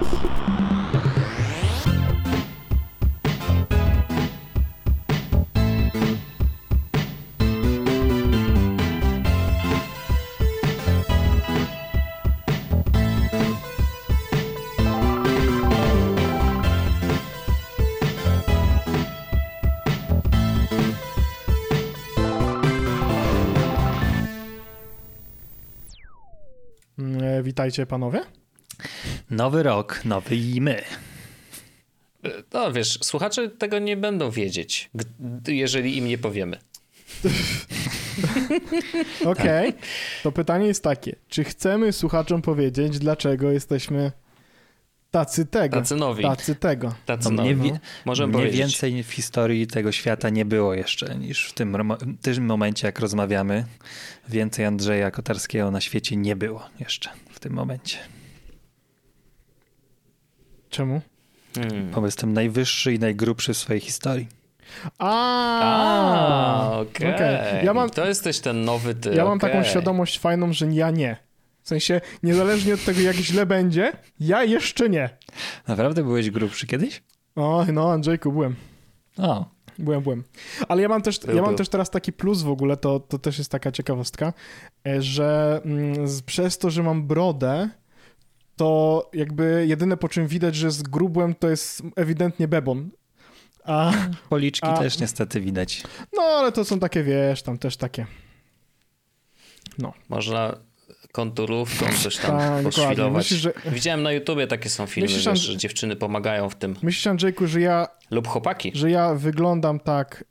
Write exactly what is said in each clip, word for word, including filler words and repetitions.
Witajcie panowie. Nowy rok, nowy i my. No wiesz, słuchacze tego nie będą wiedzieć, jeżeli im nie powiemy. Okej, okay. To pytanie jest takie. Czy chcemy słuchaczom powiedzieć, dlaczego jesteśmy tacy tego? Tacy nowi. Tacy tego. Tacy no, nowi. Mniej, no. Możemy mniej powiedzieć. więcej w historii tego świata nie było jeszcze niż w tym, w tym momencie, jak rozmawiamy. Więcej Andrzeja Kotarskiego na świecie nie było jeszcze w tym momencie. Czemu? Hmm. Bo jestem najwyższy i najgrubszy w swojej historii. A, okej. Okay. Okay. Ja mam, to jesteś ten nowy ty. Ja mam okay. taką świadomość fajną, że ja nie. W sensie, niezależnie od tego, jak źle będzie, ja jeszcze nie. Naprawdę byłeś grubszy kiedyś? O, no, Andrzejku, byłem. O. Byłem, byłem. Ale ja mam też, był, ja mam był. też teraz taki plus w ogóle, to, to też jest taka ciekawostka, że mm, z, przez to, że mam brodę, to jakby jedyne po czym widać, że zgrubłem, to jest ewidentnie bebon. A, Policzki a, też niestety widać. No, ale to są takie, wiesz, tam też takie. No. Można konturówką coś tam Ta, poszwilować. Myślisz, że... Widziałem na YouTubie takie są filmy, Myślisz, wiesz, And... że dziewczyny pomagają w tym. Myślisz, Andrzejku, że ja... Lub chłopaki. Że ja wyglądam tak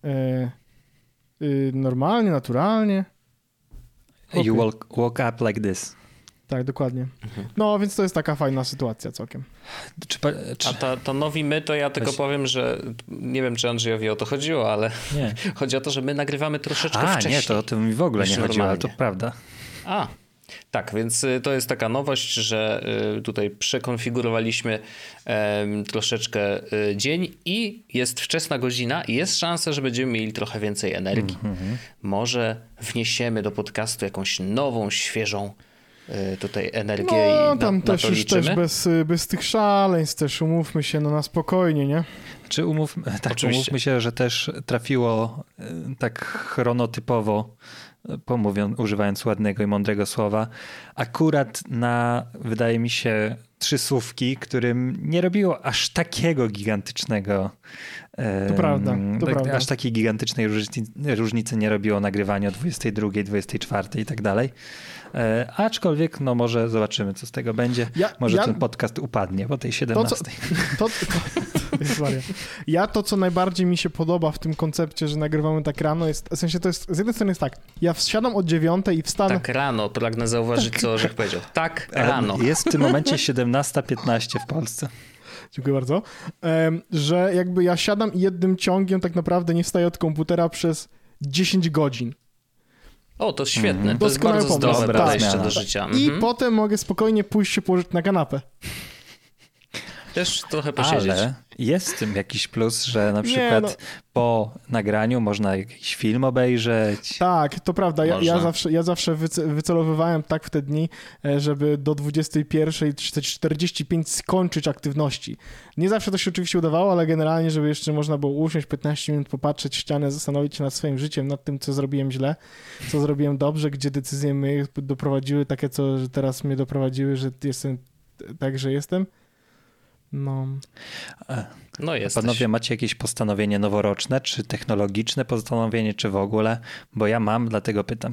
y, y, normalnie, naturalnie? Okay. You walk, walk up like this. Tak, dokładnie. Mhm. No, więc to jest taka fajna sytuacja całkiem. Czy, czy... A to, to nowi my, to ja tylko Weź. powiem, że nie wiem, czy Andrzejowi o to chodziło, ale nie. Chodzi o to, że my nagrywamy troszeczkę A, wcześniej. nie, to o tym mi w ogóle nie chodziło, ale to prawda. A, tak, więc to jest taka nowość, że tutaj przekonfigurowaliśmy um, troszeczkę dzień i jest wczesna godzina i jest szansa, że będziemy mieli trochę więcej energii. Mm-hmm. Może wniesiemy do podcastu jakąś nową, świeżą tutaj energię no, i tam na, też na to już też bez, bez tych szaleństw też umówmy się no na spokojnie, nie? Czy umów, tak, umówmy się, że też trafiło tak chronotypowo, pomówią, używając ładnego i mądrego słowa, akurat na, wydaje mi się, trzy słówki, którym nie robiło aż takiego gigantycznego to prawda, to tak, prawda. aż takiej gigantycznej różnicy, różnicy nie robiło nagrywanie o dwudziestej drugiej, dwudziestej czwartej i tak dalej. E, aczkolwiek, no może zobaczymy, co z tego będzie. Ja, może ja, ten podcast upadnie po tej siedemnastej. To, co, to, to, to jest ja to, co najbardziej mi się podoba w tym koncepcie, że nagrywamy tak rano, jest, w sensie to jest, z jednej strony jest tak, ja wsiadam od dziewiątej i wstanę... Tak rano, pragnę zauważyć, co Orzech powiedział. Tak rano. Jest w tym momencie siedemnasta piętnaście w Polsce. Dziękuję bardzo. Um, że jakby ja siadam i jednym ciągiem tak naprawdę nie wstaję od komputera przez dziesięć godzin. O, to świetne. Mm. To Doskonały jest bardzo zdrowe podejście tak. do życia. I mhm. potem mogę spokojnie pójść się położyć na kanapę. Też trochę posiedzieć. Ale jest w tym jakiś plus, że na przykład nie, no. po nagraniu można jakiś film obejrzeć. Tak, to prawda. Ja, ja zawsze, ja zawsze wycelowywałem tak w te dni, żeby do dwudziestej pierwszej czterdzieści pięć skończyć aktywności. Nie zawsze to się oczywiście udawało, ale generalnie, żeby jeszcze można było usiąść piętnaście minut, popatrzeć w ścianę, zastanowić się nad swoim życiem, nad tym, co zrobiłem źle, co zrobiłem dobrze, gdzie decyzje mnie doprowadziły, takie, co że teraz mnie doprowadziły, że jestem tak, że jestem. No, no jest. Panowie, macie jakieś postanowienie noworoczne, czy technologiczne postanowienie, czy w ogóle? Bo ja mam, dlatego pytam.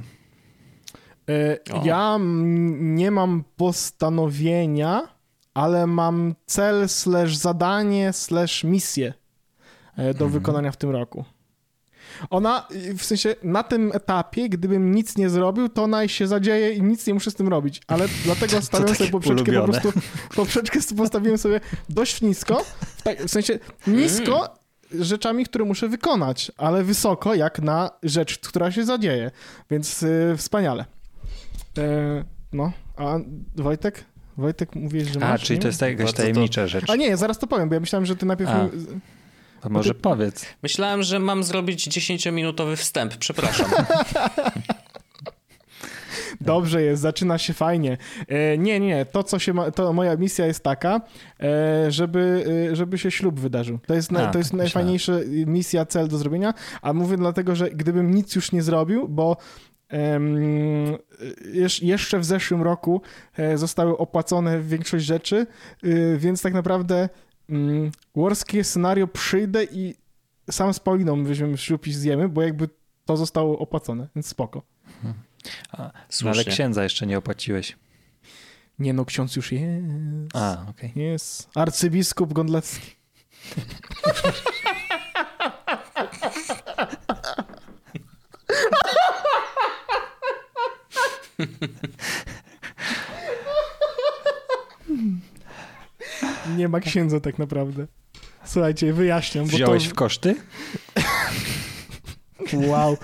Yy, ja nie mam postanowienia, ale mam cel slash zadanie slash misję do mhm. wykonania w tym roku. Ona, w sensie na tym etapie, gdybym nic nie zrobił, to ona się zadzieje i nic nie muszę z tym robić, ale dlatego stawiam sobie poprzeczkę ulubione. po prostu, poprzeczkę postawiłem sobie dość nisko, tak, w sensie nisko mm. rzeczami, które muszę wykonać, ale wysoko jak na rzecz, która się zadzieje, więc yy, wspaniale. Yy, no, a Wojtek? Wojtek, mówiłeś, że masz? A, czyli nie? to jest jakaś tajemnicza to... rzecz. A nie, zaraz to powiem, bo ja myślałem, że ty najpierw... A. To może ty... powiedz. Myślałem, że mam zrobić dziesięciominutowy wstęp. Przepraszam. Dobrze jest, zaczyna się fajnie. E, nie, nie, to co się ma, to moja misja jest taka, e, żeby, e, żeby się ślub wydarzył. To jest, na, A, to jest tak najfajniejsza misja, cel do zrobienia, a mówię dlatego, że gdybym nic już nie zrobił, bo Um, jeszcze w zeszłym roku zostały opłacone większość rzeczy, więc tak naprawdę um, worst case scenario przyjdę i sam z Pauliną weźmiemy ślub i zjemy, bo jakby to zostało opłacone, więc spoko. Hmm. A, no ale księdza jeszcze nie opłaciłeś. Nie no, ksiądz już jest. A, okej. Okay. Jest. Arcybiskup Gondlecki. Nie ma księdza tak naprawdę. Słuchajcie, wyjaśniam. Wziąłeś bo to... w koszty? Wow.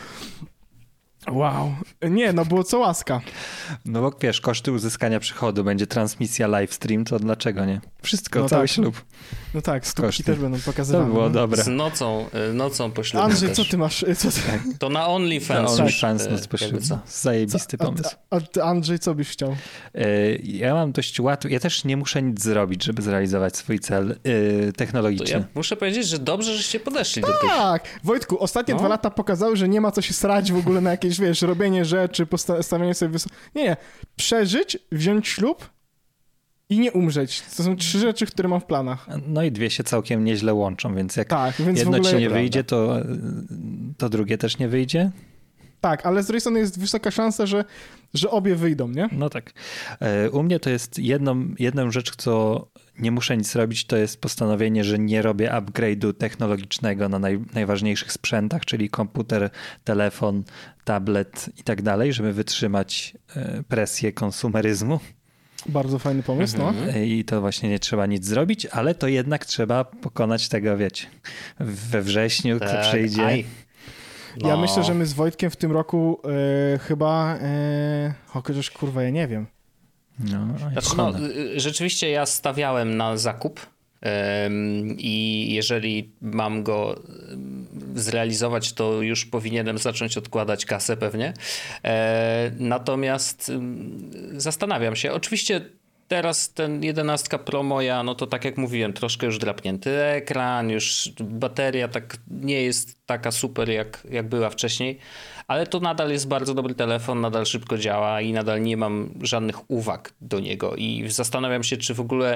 Wow. Nie, no było co łaska. No bo wiesz, koszty uzyskania przychodu, będzie transmisja live stream, to dlaczego nie? Wszystko, no cały tak. ślub. No tak, stópki też będą pokazywane. To było dobre. Z nocą, nocą po ślubie. Andrzej, też. co ty masz? Co ty? To na OnlyFans. Na OnlyFans noc po ślubie. Zajebisty co? pomysł. A, a ty, Andrzej, co byś chciał? Ja mam dość łatwo, ja też nie muszę nic zrobić, żeby zrealizować swój cel yy, technologiczny. To ja muszę powiedzieć, że dobrze, żeście podeszli tak. do tych. Tak, Wojtku, ostatnie no. dwa lata pokazały, że nie ma co się srać w ogóle na jakieś, wiesz, robienie rzeczy, stawianie sobie wysoko. Nie, nie. Przeżyć, wziąć ślub i nie umrzeć. To są trzy rzeczy, które mam w planach. No i dwie się całkiem nieźle łączą, więc jak tak, więc jedno w ogóle ci nie prawda. wyjdzie, to, to drugie też nie wyjdzie. Tak, ale z drugiej strony jest wysoka szansa, że, że obie wyjdą, nie? No tak. U mnie to jest jedną, jedną rzecz, co nie muszę nic robić, to jest postanowienie, że nie robię upgrade'u technologicznego na naj, najważniejszych sprzętach, czyli komputer, telefon, tablet i tak dalej, żeby wytrzymać presję konsumeryzmu. Bardzo fajny pomysł, no. I to właśnie nie trzeba nic zrobić, ale to jednak trzeba pokonać tego, wiecie, we wrześniu, tak, kto przyjdzie. Aj. No. Ja myślę, że my z Wojtkiem w tym roku e, chyba, e, chociaż kurwa, ja nie wiem. No, znaczy, no, rzeczywiście ja stawiałem na zakup ym, i jeżeli mam go zrealizować, to już powinienem zacząć odkładać kasę pewnie. E, natomiast ym, zastanawiam się. Oczywiście teraz ten jedenastka Pro moja, no to tak jak mówiłem, troszkę już drapnięty ekran, już bateria tak nie jest taka super jak, jak była wcześniej, ale to nadal jest bardzo dobry telefon, nadal szybko działa i nadal nie mam żadnych uwag do niego i zastanawiam się, czy w ogóle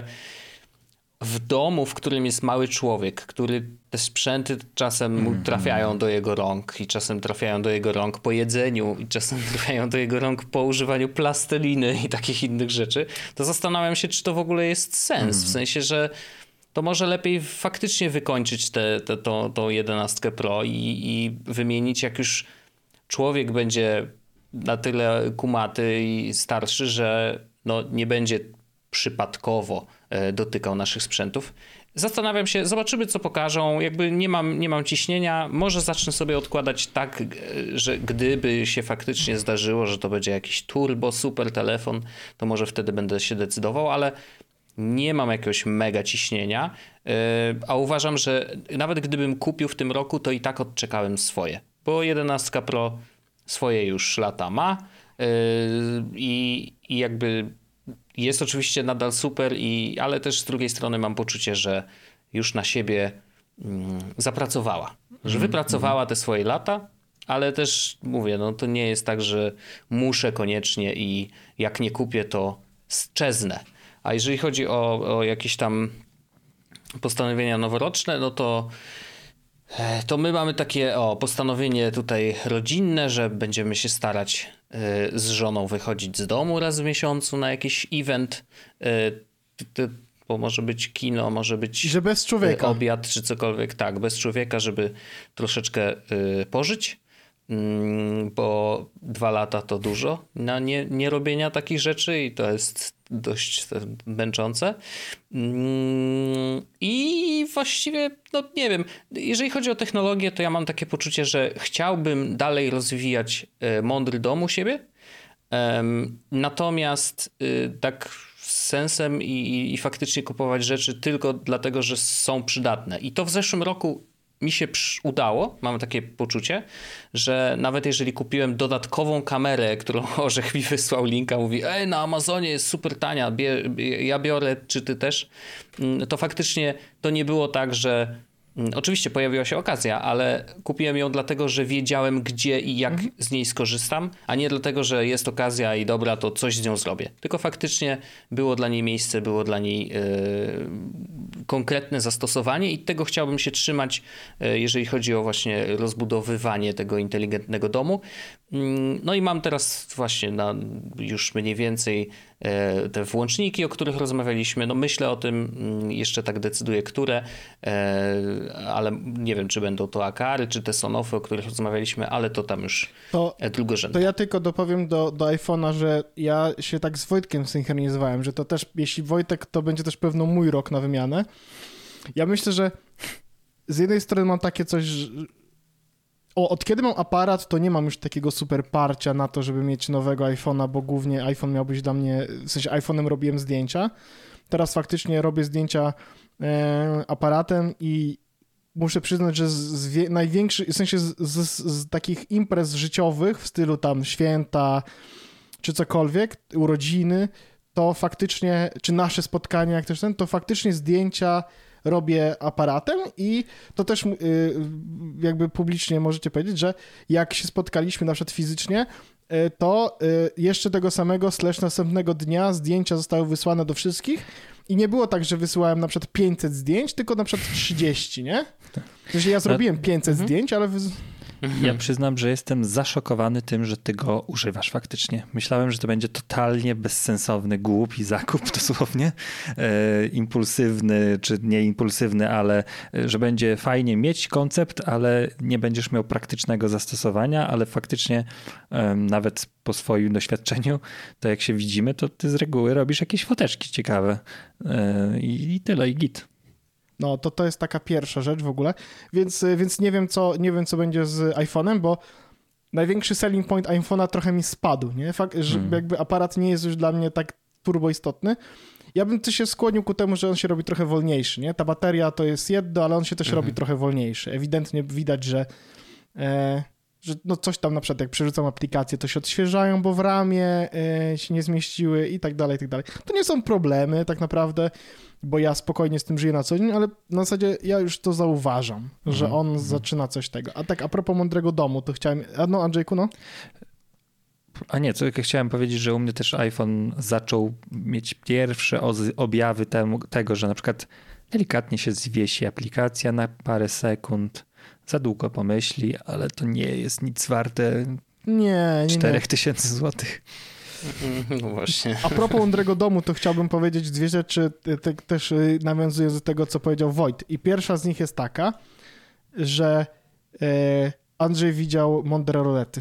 w domu, w którym jest mały człowiek, który te sprzęty czasem mu trafiają do jego rąk i czasem trafiają do jego rąk po jedzeniu i czasem trafiają do jego rąk po używaniu plasteliny i takich innych rzeczy, to zastanawiam się, czy to w ogóle jest sens. W sensie, że to może lepiej faktycznie wykończyć tę te, te, to, to jedenastkę Pro i, i wymienić, jak już człowiek będzie na tyle kumaty i starszy, że no nie będzie przypadkowo dotykał naszych sprzętów. Zastanawiam się, zobaczymy co pokażą, jakby nie mam, nie mam ciśnienia, może zacznę sobie odkładać tak, że gdyby się faktycznie zdarzyło, że to będzie jakiś turbo, super telefon, to może wtedy będę się decydował, ale nie mam jakiegoś mega ciśnienia, a uważam, że nawet gdybym kupił w tym roku, to i tak odczekałem swoje, bo jedenastka Pro swoje już lata ma i, i jakby jest oczywiście nadal super, i, ale też z drugiej strony mam poczucie, że już na siebie mm, zapracowała. Że wypracowała te swoje lata, ale też mówię, no to nie jest tak, że muszę koniecznie i jak nie kupię, to szczeznę. A jeżeli chodzi o, o jakieś tam postanowienia noworoczne, no to to my mamy takie o, postanowienie tutaj rodzinne, że będziemy się starać y, z żoną wychodzić z domu raz w miesiącu na jakiś event. Y, bo może być kino, może być I że bez człowieka. Obiad czy cokolwiek. Tak, bez człowieka, żeby troszeczkę y, pożyć. Mm, bo dwa lata to dużo na nie, nie robienia takich rzeczy i to jest dość męczące. Mm, I właściwie, no nie wiem, jeżeli chodzi o technologię, to ja mam takie poczucie, że chciałbym dalej rozwijać y, mądry dom u siebie, um, natomiast y, tak z sensem i, i faktycznie kupować rzeczy tylko dlatego, że są przydatne. I to w zeszłym roku mi się udało, mam takie poczucie, że nawet jeżeli kupiłem dodatkową kamerę, którą Orzech mi wysłał linka, mówi, ej, na Amazonie jest super tania, bie, ja biorę, czy ty też, to faktycznie to nie było tak, że oczywiście pojawiła się okazja, ale kupiłem ją dlatego, że wiedziałem gdzie i jak mhm. z niej skorzystam, a nie dlatego, że jest okazja i dobra, to coś z nią zrobię. Tylko faktycznie było dla niej miejsce, było dla niej yy, konkretne zastosowanie i tego chciałbym się trzymać, yy, jeżeli chodzi o właśnie rozbudowywanie tego inteligentnego domu. Yy, no i mam teraz właśnie na już mniej więcej yy, te włączniki, o których rozmawialiśmy. No myślę o tym, yy, jeszcze tak decyduję, które yy, ale nie wiem, czy będą to Akary, czy te Sonofy, o których rozmawialiśmy, ale to tam już to, drugorzędne. To ja tylko dopowiem do, do iPhone'a, że ja się tak z Wojtkiem synchronizowałem, że to też, jeśli Wojtek, to będzie też pewno mój rok na wymianę. Ja myślę, że z jednej strony mam takie coś, że o, od kiedy mam aparat, to nie mam już takiego super parcia na to, żeby mieć nowego iPhone'a, bo głównie iPhone miał być dla mnie, w sensie iPhone'em robiłem zdjęcia. Teraz faktycznie robię zdjęcia e, aparatem i muszę przyznać, że z, z wie, największy, w sensie z, z, z takich imprez życiowych w stylu tam święta czy cokolwiek, urodziny, to faktycznie, czy nasze spotkania, jak też ten, to faktycznie zdjęcia robię aparatem i to też yy, jakby publicznie możecie powiedzieć, że jak się spotkaliśmy na przykład fizycznie, yy, to yy, jeszcze tego samego slash następnego dnia zdjęcia zostały wysłane do wszystkich i nie było tak, że wysyłałem na przykład pięćset zdjęć, tylko na przykład trzydzieści, nie? Znaczy ja zrobiłem pięćset mhm. zdjęć, ale... Wy... Ja przyznam, że jestem zaszokowany tym, że ty go używasz faktycznie. Myślałem, że to będzie totalnie bezsensowny, głupi zakup dosłownie, e, impulsywny, czy nie impulsywny, ale że będzie fajnie mieć koncept, ale nie będziesz miał praktycznego zastosowania, ale faktycznie e, nawet po swoim doświadczeniu, to jak się widzimy, to ty z reguły robisz jakieś foteczki ciekawe e, i, i tyle, i git. No, to to jest taka pierwsza rzecz w ogóle, więc, więc nie wiem, co, nie wiem, co będzie z iPhone'em, bo największy selling point iPhone'a trochę mi spadł, nie? Fakt, że hmm. jakby aparat nie jest już dla mnie tak turbo istotny. Ja bym też się skłonił ku temu, że on się robi trochę wolniejszy, nie? Ta bateria to jest jedno, ale on się też hmm. robi trochę wolniejszy. Ewidentnie widać, że, e, że no coś tam na przykład jak przerzucam aplikacje, to się odświeżają, bo w ramie e, się nie zmieściły i tak dalej, i tak dalej. To nie są problemy tak naprawdę, bo ja spokojnie z tym żyję na co dzień, ale na zasadzie ja już to zauważam, mm-hmm. że on mm-hmm. zaczyna coś tego. A tak a propos mądrego domu, to chciałem... A no, Andrzejku, no? A nie, co chciałem powiedzieć, że u mnie też iPhone zaczął mieć pierwsze objawy temu, tego, że na przykład delikatnie się zwiesi aplikacja na parę sekund, za długo pomyśli, ale to nie jest nic warte nie, nie, czterech tysięcy złotych. No właśnie. A propos mądrego domu, to chciałbym powiedzieć dwie rzeczy, te, też nawiązując do tego, co powiedział Wojt. I pierwsza z nich jest taka, że e, Andrzej widział mądre rolety.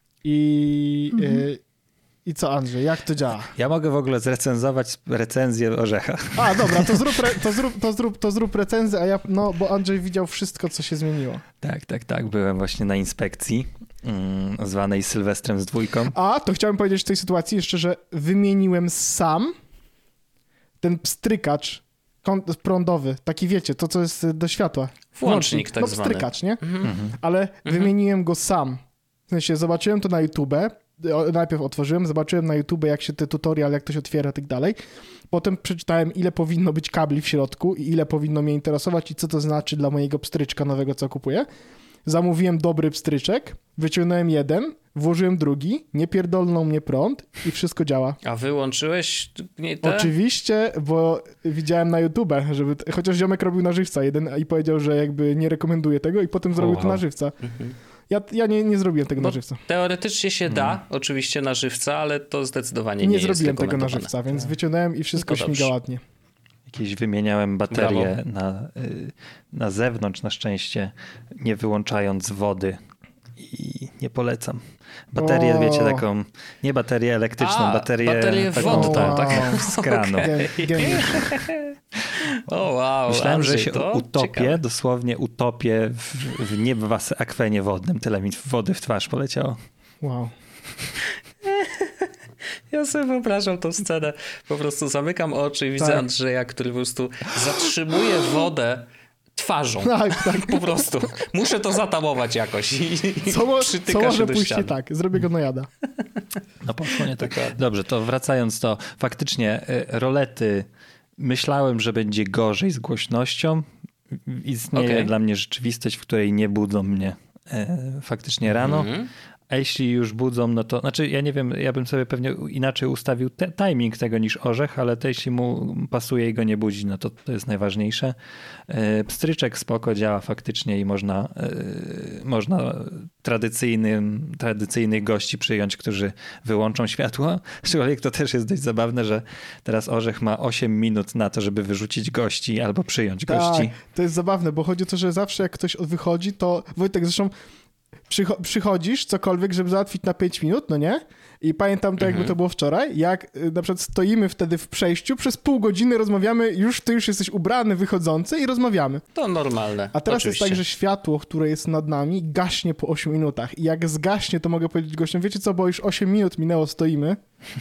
I, mhm. e, I co, Andrzej, jak to działa? Ja mogę w ogóle zrecenzować recenzję Orzecha. A, dobra, to zrób, re, to zrób, to zrób, to zrób recenzję, a ja, no, bo Andrzej widział wszystko, co się zmieniło. Tak, tak, tak. Byłem właśnie na inspekcji mm, zwanej Sylwestrem z dwójką. A, to chciałem powiedzieć w tej sytuacji jeszcze, że wymieniłem sam ten pstrykacz prądowy, taki wiecie, to co jest do światła. Włącznik tak no, zwany. Pstrykacz, nie? Mhm. Ale mhm. wymieniłem go sam. W sensie zobaczyłem to na YouTube, najpierw otworzyłem, zobaczyłem na YouTube, jak się te tutorial, jak to się otwiera i tak dalej. Potem przeczytałem, ile powinno być kabli w środku i ile powinno mnie interesować i co to znaczy dla mojego pstryczka nowego, co kupuję. Zamówiłem dobry pstryczek, wyciągnąłem jeden, włożyłem drugi, nie pierdolnął mnie prąd i wszystko działa. A wyłączyłeś nie te? Oczywiście, bo widziałem na YouTube, żeby, chociaż ziomek robił na żywca jeden i powiedział, że jakby nie rekomenduje tego i potem zrobił wow. to na żywca. Mhm. Ja, ja nie, nie zrobiłem tego Bo na żywca. Teoretycznie się da, hmm. oczywiście na żywca, ale to zdecydowanie nie, nie jest zrobiłem tego na żywca, więc wyciągnąłem i wszystko no śmiga ładnie. Jakieś wymieniałem baterie na, na zewnątrz, na szczęście, nie wyłączając wody i nie polecam. Baterię, o. wiecie, taką, nie baterię elektryczną, A, baterię, baterię taką, wodną, tak, tak? z kranu. O wow, Myślałem, Andrzej, że się utopię, ciekawe. dosłownie utopię w, w nie w was akwenie wodnym. Tyle mi wody w twarz poleciało. Wow. Ja sobie wyobrażam tą scenę. Po prostu zamykam oczy i widzę tak. Andrzeja, który po prostu zatrzymuje wodę twarzą. Tak, tak. Po prostu. Muszę to zatamować jakoś. I, co, mo- co może pójść ściany. tak? Zrobię go nojada. No poszło nie tak. Dobrze, to wracając do faktycznie rolety, myślałem, że będzie gorzej z głośnością. Istnieje okay. dla mnie rzeczywistość, w której nie budzą mnie e, faktycznie rano. Mm-hmm. A jeśli już budzą, no to, znaczy ja nie wiem, ja bym sobie pewnie inaczej ustawił te, timing tego niż orzech, ale to jeśli mu pasuje i go nie budzi, no to to jest najważniejsze. Pstryczek spoko działa faktycznie i można, można tradycyjnym, tradycyjnych gości przyjąć, którzy wyłączą światło. Aczkolwiek to też jest dość zabawne, że teraz orzech ma osiem minut na to, żeby wyrzucić gości albo przyjąć tak, gości. To jest zabawne, bo chodzi o to, że zawsze jak ktoś wychodzi, to Wojtek zresztą Przycho- przychodzisz cokolwiek, żeby załatwić na pięć minut, no nie? I pamiętam to, jakby to było wczoraj, jak y, na przykład stoimy wtedy w przejściu, przez pół godziny rozmawiamy, już ty już jesteś ubrany, wychodzący i rozmawiamy. To normalne. A teraz oczywiście. jest tak, że światło, które jest nad nami, gaśnie po ośmiu minutach. I jak zgaśnie, to mogę powiedzieć gościom, wiecie co, bo już osiem minut minęło, stoimy.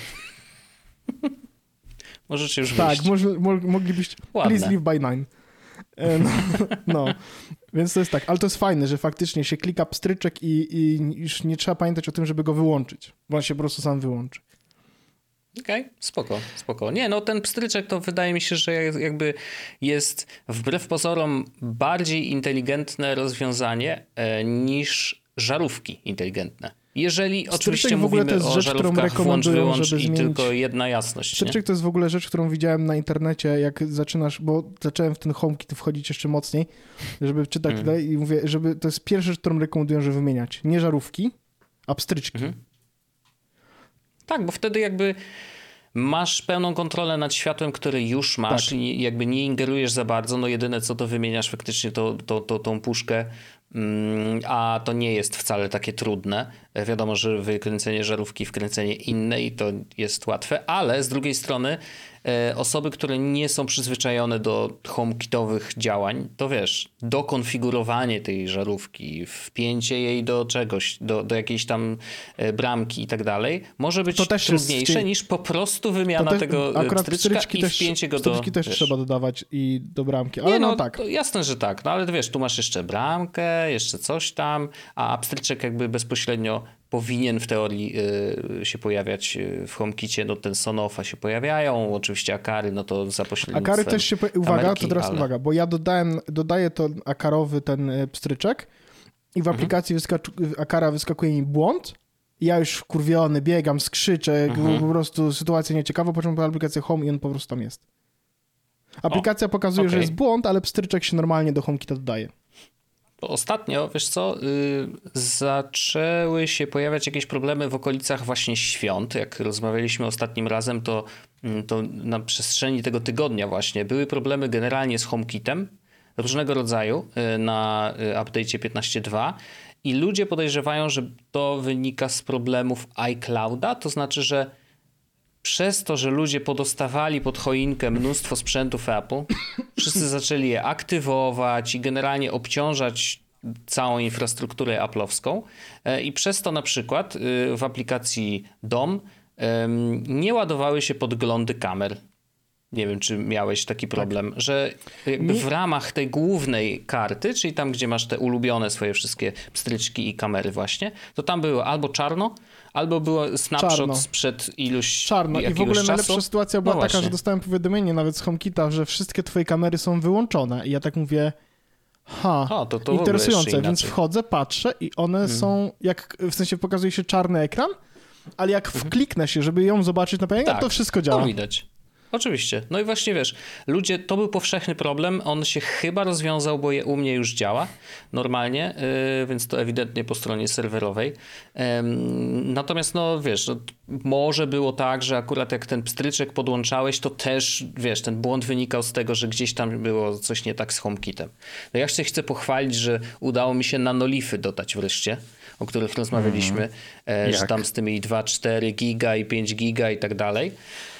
Możecie już tak, wyjść. Tak, mo- mo- moglibyście... Ładne. Please leave by nine. No, no, więc to jest tak, ale to jest fajne, że faktycznie się klika pstryczek i, i już nie trzeba pamiętać o tym, żeby go wyłączyć, bo on się po prostu sam wyłączy. Okej, okay, spoko, spoko. Nie, no ten pstryczek to wydaje mi się, że jakby jest wbrew pozorom bardziej inteligentne rozwiązanie e, niż żarówki inteligentne. Jeżeli Pstryczek oczywiście w ogóle mówimy to jest o rzecz, którą żarówkach włącz, rekomendują, wyłącz żeby i zmienić... tylko jedna jasność. Pstryczek nie? to jest w ogóle rzecz, którą widziałem na internecie, jak zaczynasz, bo zacząłem w ten HomeKit wchodzić jeszcze mocniej, żeby czytać mm. dalej i mówię, żeby to jest pierwsza rzecz, którą rekomendują, żeby wymieniać. Nie żarówki, a pstryczki. Mm. Tak, bo wtedy jakby masz pełną kontrolę nad światłem, które już masz tak. i jakby nie ingerujesz za bardzo, no jedyne co to wymieniasz faktycznie to, to, to tą puszkę, a to nie jest wcale takie trudne. Wiadomo, że wykręcenie żarówki, wkręcenie innej to jest łatwe, ale z drugiej strony osoby, które nie są przyzwyczajone do HomeKitowych działań, to wiesz, dokonfigurowanie tej żarówki, wpięcie jej do czegoś, do, do jakiejś tam bramki i tak dalej, może być trudniejsze jest... niż po prostu wymiana też, tego pstryczka i też, wpięcie go do... Pstryczki też wiesz, trzeba dodawać i do bramki, ale nie, no, no tak. Jasne, że tak, no ale wiesz, tu masz jeszcze bramkę, jeszcze coś tam, a pstryczek jakby bezpośrednio powinien w teorii y, się pojawiać w HomeKicie, no ten Sonofa się pojawiają, oczywiście Akary, no to za pośrednictwem Akary też się, po... uwaga, kamerki, to teraz ale... uwaga, bo ja dodałem, dodaję to akarowy ten pstryczek i w aplikacji mhm. wyskak- Akara wyskakuje mi błąd i ja już wkurwiony biegam, skrzyczę, mhm. po prostu sytuacja nieciekawa, po czym po aplikację Home i on po prostu tam jest. Aplikacja o, pokazuje, okay. że jest błąd, ale pstryczek się normalnie do HomeKita dodaje. Ostatnio, wiesz co, yy, zaczęły się pojawiać jakieś problemy w okolicach właśnie świąt. Jak rozmawialiśmy ostatnim razem, to, to na przestrzeni tego tygodnia właśnie były problemy generalnie z HomeKitem różnego rodzaju yy, na update'cie piętnaście dwa i ludzie podejrzewają, że to wynika z problemów iClouda, to znaczy, że przez to, że ludzie podostawali pod choinkę mnóstwo sprzętów Apple, wszyscy zaczęli je aktywować i generalnie obciążać całą infrastrukturę Apple'owską i przez to na przykład w aplikacji Dom nie ładowały się podglądy kamer. Nie wiem, czy miałeś taki problem, tak. że jakby w ramach tej głównej karty, czyli tam, gdzie masz te ulubione swoje wszystkie pstryczki i kamery właśnie, to tam było albo czarno, albo było snapshot czarno. sprzed iluś Czarno. I w ogóle czasu. najlepsza sytuacja była no taka, właśnie. że dostałem powiadomienie nawet z HomeKita, że wszystkie twoje kamery są wyłączone. I ja tak mówię, ha, o, to, to interesujące, więc wchodzę, patrzę i one hmm. są, jak w sensie pokazuje się czarny ekran, ale jak hmm. wkliknę się, żeby ją zobaczyć na pełni, tak, to wszystko działa. To widać. Oczywiście. No i właśnie wiesz, ludzie, to był powszechny problem, on się chyba rozwiązał, bo je, u mnie już działa normalnie, yy, więc to ewidentnie po stronie serwerowej. Yy, natomiast no wiesz, no, może było tak, że akurat jak ten pstryczek podłączałeś, to też wiesz, ten błąd wynikał z tego, że gdzieś tam było coś nie tak z HomeKitem. No ja się chcę pochwalić, że udało mi się nanolify dodać wreszcie, o których rozmawialiśmy, mm. że tam z tymi dwa, cztery giga i pięć giga i tak dalej.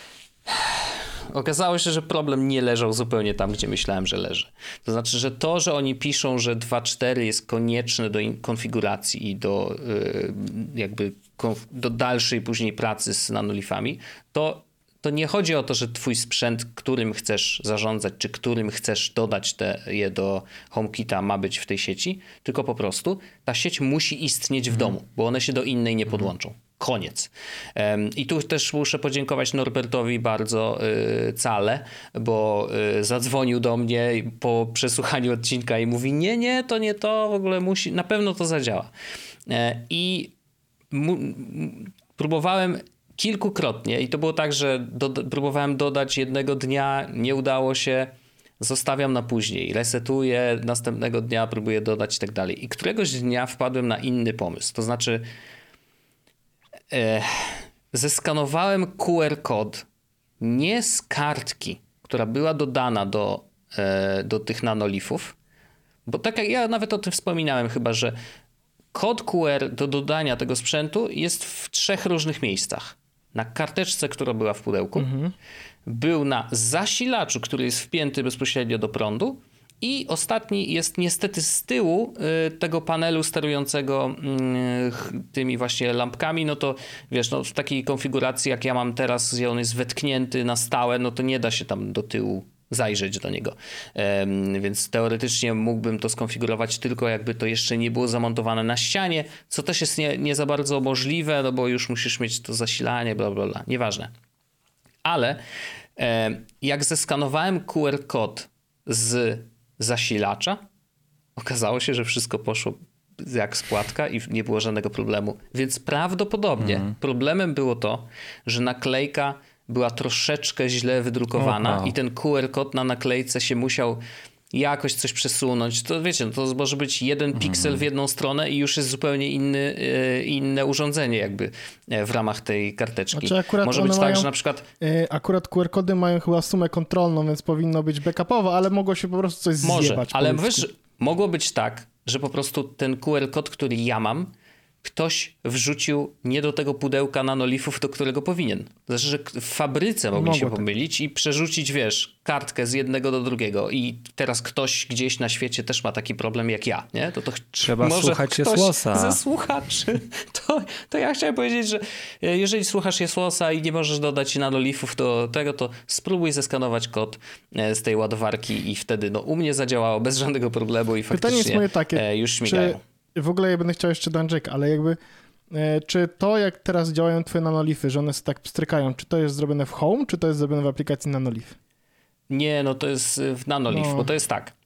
Okazało się, że problem nie leżał zupełnie tam, gdzie myślałem, że leży. To znaczy, że to, że oni piszą, że dwa cztery jest konieczne do konfiguracji i do yy, jakby konf- do dalszej później pracy z nanolifami, to, to to nie chodzi o to, że twój sprzęt, którym chcesz zarządzać, czy którym chcesz dodać te, je do HomeKita ma być w tej sieci, tylko po prostu ta sieć musi istnieć w mhm. domu, bo one się do innej nie podłączą. Koniec. Um, I tu też muszę podziękować Norbertowi bardzo y, Cale, bo y, zadzwonił do mnie po przesłuchaniu odcinka i mówi, nie, nie, to nie to, w ogóle musi, na pewno to zadziała. E, I mu, m, próbowałem kilkukrotnie i to było tak, że do, próbowałem dodać jednego dnia, nie udało się, zostawiam na później, resetuję, następnego dnia próbuję dodać i tak dalej. I któregoś dnia wpadłem na inny pomysł, to znaczy e, zeskanowałem Q R kod nie z kartki, która była dodana do, e, do tych nanolifów, bo tak jak ja nawet o tym wspominałem chyba, że kod Q R do dodania tego sprzętu jest w trzech różnych miejscach. Na karteczce, która była w pudełku, mhm. był na zasilaczu, który jest wpięty bezpośrednio do prądu i ostatni jest niestety z tyłu y, tego panelu sterującego y, tymi właśnie lampkami, no to wiesz, no w takiej konfiguracji jak ja mam teraz, gdzie on jest wetknięty na stałe, no to nie da się tam do tyłu zajrzeć do niego. Um, więc teoretycznie mógłbym to skonfigurować tylko jakby to jeszcze nie było zamontowane na ścianie, co też jest nie, nie za bardzo możliwe, no bo już musisz mieć to zasilanie, bla, bla, bla. Nieważne. Ale um, jak zeskanowałem Q R kod z zasilacza, okazało się, że wszystko poszło jak spłatka i nie było żadnego problemu. Więc prawdopodobnie mhm. problemem było to, że naklejka była troszeczkę źle wydrukowana Oha. i ten Q R kod na naklejce się musiał jakoś coś przesunąć. To wiecie, no to może być jeden mhm. piksel w jedną stronę i już jest zupełnie inny, inne urządzenie jakby w ramach tej karteczki. Znaczy akurat może być mają, tak, że na przykład... Akurat Q R kody mają chyba sumę kontrolną, więc powinno być backupowo, ale mogło się po prostu coś może, zjebać. Ale wiesz, mogło być tak, że po prostu ten Q R kod, który ja mam, ktoś wrzucił nie do tego pudełka nanolifów, do którego powinien. Znaczy, że w fabryce mogli Mogło się pomylić tak. i przerzucić, wiesz, kartkę z jednego do drugiego i teraz ktoś gdzieś na świecie też ma taki problem jak ja, nie? To, to Trzeba może słuchać Jesłosa. Ze słuchaczy. To, to ja chciałem powiedzieć, że jeżeli słuchasz Jesłosa i nie możesz dodać nanolifów do tego, to spróbuj zeskanować kod z tej ładowarki i wtedy no, u mnie zadziałało bez żadnego problemu i faktycznie Pytanie jest moje takie, już śmigają. Czy... W ogóle ja będę chciał jeszcze do Andrzejka, ale jakby e, czy to jak teraz działają twoje nanolify, że one się tak pstrykają, czy to jest zrobione w Home, czy to jest zrobione w aplikacji Nanolif? Nie, no to jest w Nanolif, no. bo to jest tak.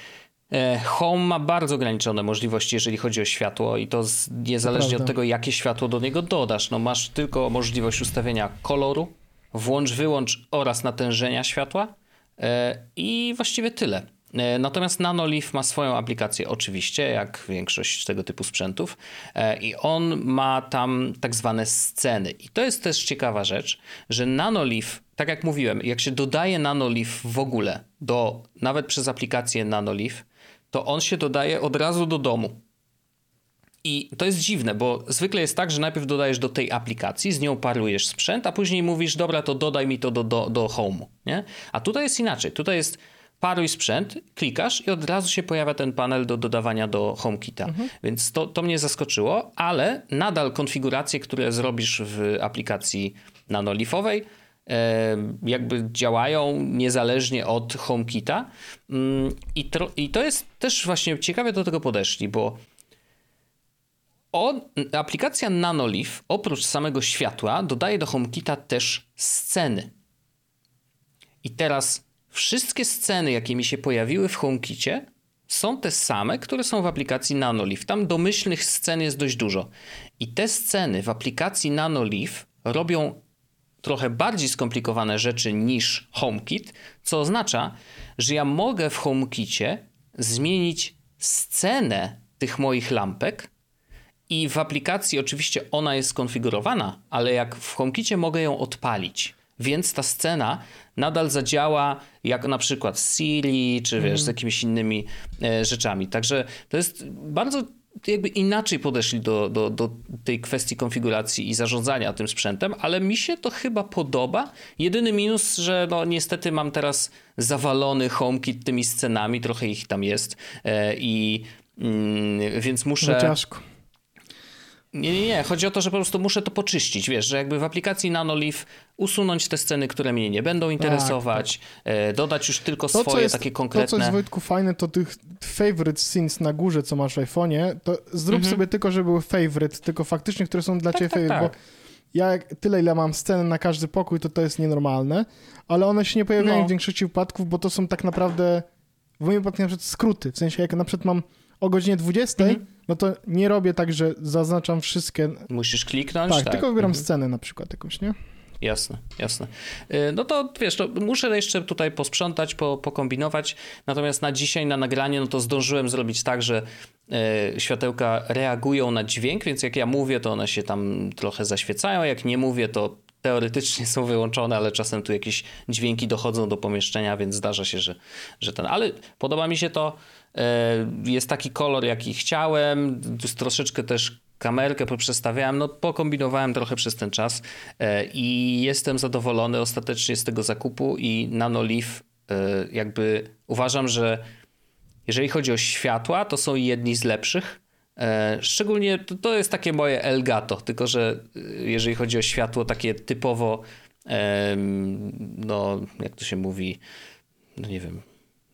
E, Home ma bardzo ograniczone możliwości, jeżeli chodzi o światło i to z, niezależnie to od tego, jakie światło do niego dodasz. No masz tylko możliwość ustawienia koloru, włącz, wyłącz oraz natężenia światła e, i właściwie tyle. Natomiast Nanolif ma swoją aplikację oczywiście, jak większość tego typu sprzętów i on ma tam tak zwane sceny. I to jest też ciekawa rzecz, że Nanolif, tak jak mówiłem, jak się dodaje Nanolif w ogóle, do, nawet przez aplikację Nanolif, to on się dodaje od razu do domu. I to jest dziwne, bo zwykle jest tak, że najpierw dodajesz do tej aplikacji, z nią parujesz sprzęt, a później mówisz, dobra, to dodaj mi to do, do, do Home'u, nie? A tutaj jest inaczej. Tutaj jest paruj sprzęt, klikasz i od razu się pojawia ten panel do dodawania do HomeKita. Mhm. Więc to, to mnie zaskoczyło, ale nadal konfiguracje, które zrobisz w aplikacji nanolifowej, e, jakby działają niezależnie od HomeKita. Mm, i, to, I to jest też właśnie ciekawie do tego podeszli, bo on, aplikacja Nanolif oprócz samego światła dodaje do HomeKita też sceny. I teraz wszystkie sceny, jakie mi się pojawiły w HomeKicie, są te same, które są w aplikacji Nanolif. Tam domyślnych scen jest dość dużo. I te sceny w aplikacji Nanolif robią trochę bardziej skomplikowane rzeczy niż HomeKit, co oznacza, że ja mogę w HomeKicie zmienić scenę tych moich lampek i w aplikacji oczywiście ona jest skonfigurowana, ale jak w HomeKicie mogę ją odpalić. Więc ta scena nadal zadziała jak na przykład z Siri, czy wiesz, mm. z jakimiś innymi e, rzeczami. Także to jest bardzo jakby inaczej podeszli do, do, do tej kwestii konfiguracji i zarządzania tym sprzętem, ale mi się to chyba podoba. Jedyny minus, że no niestety mam teraz zawalony HomeKit tymi scenami, trochę ich tam jest e, i mm, więc muszę... Zaciaszku. Nie, nie, nie. Chodzi o to, że po prostu muszę to poczyścić, wiesz, że jakby w aplikacji Nanoleaf usunąć te sceny, które mnie nie będą interesować, tak, tak. dodać już tylko to, swoje jest, takie konkretne... To, co jest, Wojtku, fajne, to tych favorite scenes na górze, co masz w iPhone'ie, to zrób mhm. sobie tylko, żeby były favorite, tylko faktycznie, które są dla tak, ciebie tak, favorite, tak. bo ja jak tyle, ile mam scen na każdy pokój, to to jest nienormalne, ale one się nie pojawiają no. w większości wypadków, bo to są tak naprawdę, w moim wypadku na przykład skróty, w sensie jak na przykład mam o godzinie dwudziestej, mhm. no to nie robię tak, że zaznaczam wszystkie. Musisz kliknąć? Tak, tak. tylko wybieram mhm. scenę na przykład jakąś, nie? Jasne, jasne. No to wiesz, to muszę jeszcze tutaj posprzątać, po, pokombinować, natomiast na dzisiaj, na nagranie, no to zdążyłem zrobić tak, że e, światełka reagują na dźwięk, więc jak ja mówię, to one się tam trochę zaświecają, jak nie mówię, to teoretycznie są wyłączone, ale czasem tu jakieś dźwięki dochodzą do pomieszczenia, więc zdarza się, że, że ten... Ale podoba mi się to, e, jest taki kolor, jaki chciałem, troszeczkę też kamerkę poprzestawiałem, no pokombinowałem trochę przez ten czas e, i jestem zadowolony ostatecznie z tego zakupu i Nanoleaf e, jakby uważam, że jeżeli chodzi o światła, to są jedni z lepszych. E, szczególnie to, to jest takie moje Elgato, tylko że jeżeli chodzi o światło takie typowo e, no jak to się mówi, no nie wiem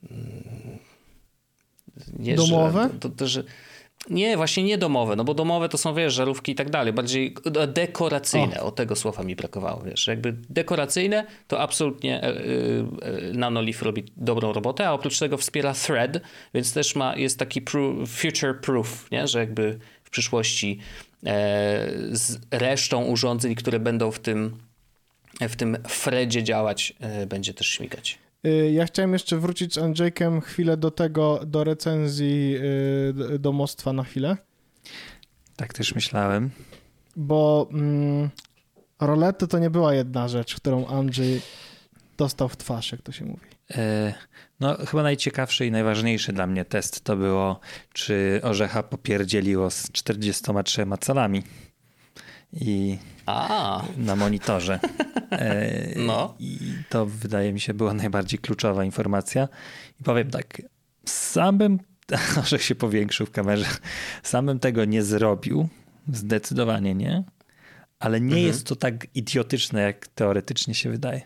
nie, domowe? Że, to, to, że nie, właśnie nie domowe, no bo domowe to są, wiesz, żarówki i tak dalej, bardziej dekoracyjne, o. o tego słowa mi brakowało, wiesz, jakby dekoracyjne to absolutnie e, e, Nanoleaf robi dobrą robotę, a oprócz tego wspiera Thread, więc też ma, jest taki proof, future proof, nie, że jakby w przyszłości e, z resztą urządzeń, które będą w tym w tym Threadzie działać, e, będzie też śmigać. Ja chciałem jeszcze wrócić z Andrzejkiem chwilę do tego, do recenzji domostwa na chwilę. Tak też myślałem. Bo mm, rolety to nie była jedna rzecz, którą Andrzej dostał w twarz, jak to się mówi. No chyba najciekawszy i najważniejszy dla mnie test to było, czy orzecha popierdzieliło z czterdziestoma trzema calami. I A. na monitorze. No. I to wydaje mi się była najbardziej kluczowa informacja. I powiem tak, sam bym, orzech się powiększył w kamerze, sam bym tego nie zrobił, zdecydowanie nie, ale nie mhm. jest to tak idiotyczne, jak teoretycznie się wydaje.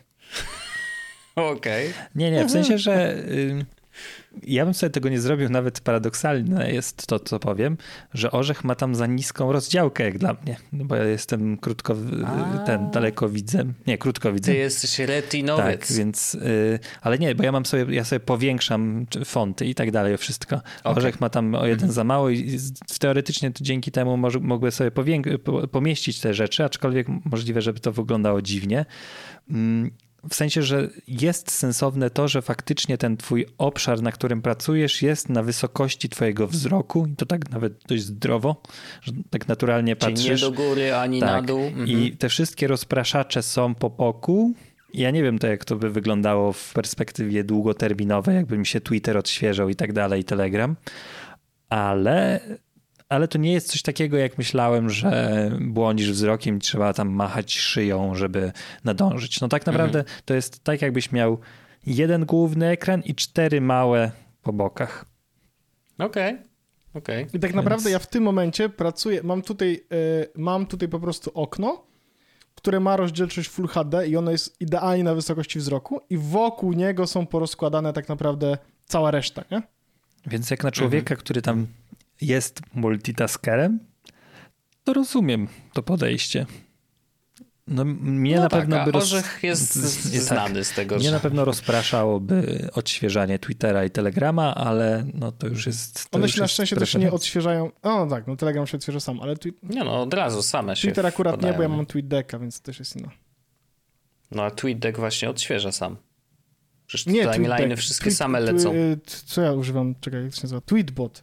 Okej. Okay. Nie, nie, w sensie, że y, ja bym sobie tego nie zrobił, nawet paradoksalne jest to, co powiem, że orzech ma tam za niską rozdziałkę jak dla mnie, no bo ja jestem krótko, A. ten dalekowidzem, nie, krótkowidzem. Ty jesteś retinowiec. Tak, więc, y, ale nie, bo ja mam sobie, ja sobie powiększam fonty i tak dalej, wszystko. Okay. Orzech ma tam o jeden za mało i teoretycznie to dzięki temu może, mogłem sobie powięk- po, pomieścić te rzeczy, aczkolwiek możliwe, żeby to wyglądało dziwnie. Mm. W sensie, że jest sensowne to, że faktycznie ten twój obszar, na którym pracujesz, jest na wysokości twojego wzroku i to tak nawet dość zdrowo, że tak naturalnie Czyli patrzysz. nie do góry, ani tak. na dół. Mhm. I te wszystkie rozpraszacze są po boku. Ja nie wiem to, jak to by wyglądało w perspektywie długoterminowej, jakby mi się Twitter odświeżał i tak dalej, Telegram, ale... Ale to nie jest coś takiego, jak myślałem, że błądzisz wzrokiem i trzeba tam machać szyją, żeby nadążyć. No tak naprawdę mhm. to jest tak, jakbyś miał jeden główny ekran i cztery małe po bokach. Okej, okay. okej. Okay. I tak naprawdę Więc... ja w tym momencie pracuję, mam tutaj, yy, mam tutaj po prostu okno, które ma rozdzielczość Full H D i ono jest idealnie na wysokości wzroku i wokół niego są porozkładane tak naprawdę cała reszta, nie? Więc jak na człowieka, mhm. który tam jest multitaskerem, to rozumiem to podejście. No mnie no na tak, pewno by roz... Orzech jest z, znany tak, z tego. Mnie że... na pewno rozpraszałoby odświeżanie Twittera i Telegrama, ale no to już jest... To One już się na szczęście też nie odświeżają. No tak, no Telegram się odświeża sam, ale... Twi... Nie no, od razu same się Twitter akurat wpadają. nie, bo ja mam TweetDecka, więc to też jest inno. No a TweetDeck właśnie odświeża sam. Przecież nie, timeline'y wszystkie tweet, same lecą. Co ja używam? Czekaj, jak to się nazywa? Tweetbot.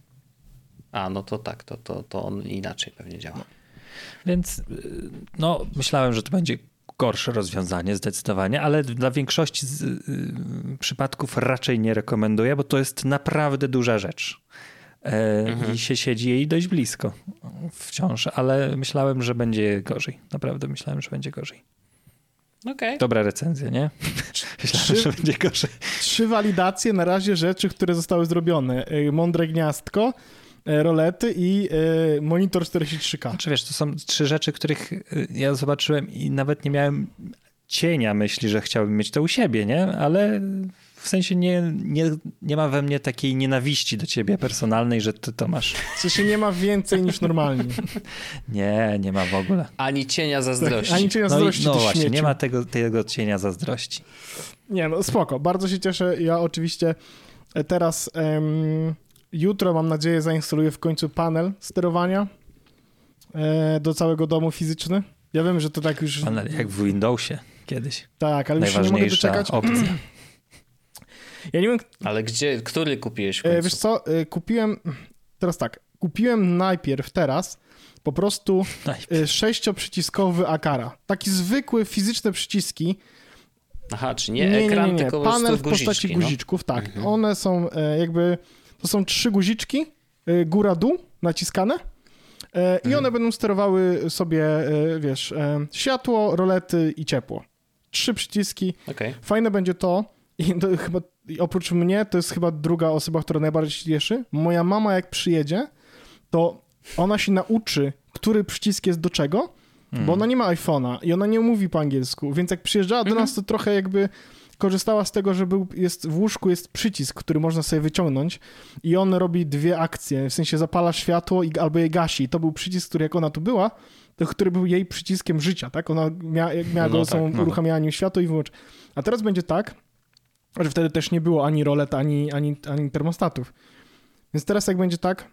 A, no to tak, to, to, to on inaczej pewnie działa. Więc no, myślałem, że to będzie gorsze rozwiązanie zdecydowanie, ale dla większości z, y, przypadków raczej nie rekomenduję, bo to jest naprawdę duża rzecz. E, mhm. I się siedzi jej dość blisko wciąż, ale myślałem, że będzie gorzej. Naprawdę myślałem, że będzie gorzej. Okay. Dobra recenzja, nie? Myślałem, trzy, że będzie gorzej. Trzy walidacje na razie rzeczy, które zostały zrobione. Mądre gniazdko, rolety i monitor czterdzieści trzy K. Znaczy wiesz, to są trzy rzeczy, których ja zobaczyłem i nawet nie miałem cienia myśli, że chciałbym mieć to u siebie, nie? Ale w sensie nie, nie, nie ma we mnie takiej nienawiści do ciebie personalnej, że ty to masz. W sensie nie ma więcej niż normalnie. Nie, nie ma w ogóle. Ani cienia zazdrości. Tak, ani cienia zazdrości. No, i, no właśnie, śmieciu. nie ma tego, tego cienia zazdrości. Nie, no spoko. Bardzo się cieszę. Ja oczywiście teraz em, jutro, mam nadzieję, zainstaluję w końcu panel sterowania e, do całego domu fizyczny. Ja wiem, że to tak już... Panel jak w Windowsie kiedyś. Tak, ale już się nie mogę doczekać. Opcja. Ja nie wiem... Ale gdzie, który kupiłeś w końcu? E, wiesz co, e, kupiłem... Teraz tak, kupiłem najpierw teraz po prostu e, sześcioprzyciskowy Akara. Taki zwykły, fizyczne przyciski. Aha, czy nie, nie ekran, nie, nie, nie. tylko Panel w guziczki, postaci no? guziczków, tak. Mhm. One są e, jakby... To są trzy guziczki, e, góra-dół naciskane. E, I Mhm. one będą sterowały sobie, e, wiesz, e, światło, rolety i ciepło. Trzy przyciski. Okay. Fajne będzie to, i to chyba i oprócz mnie, to jest chyba druga osoba, która najbardziej się cieszy. Moja mama jak przyjedzie, to ona się nauczy, który przycisk jest do czego, Hmm. bo ona nie ma iPhone'a i ona nie mówi po angielsku, więc jak przyjeżdżała do nas, to trochę jakby korzystała z tego, że był, jest, w łóżku jest przycisk, który można sobie wyciągnąć i on robi dwie akcje, w sensie zapala światło i, albo je gasi. I to był przycisk, który jak ona tu była, to który był jej przyciskiem życia, tak? Ona mia, jak miała No go tak, są no. uruchamianiem światła i wyłącz. A teraz będzie tak, że wtedy też nie było ani rolet, ani, ani, ani termostatów. Więc teraz jak będzie tak,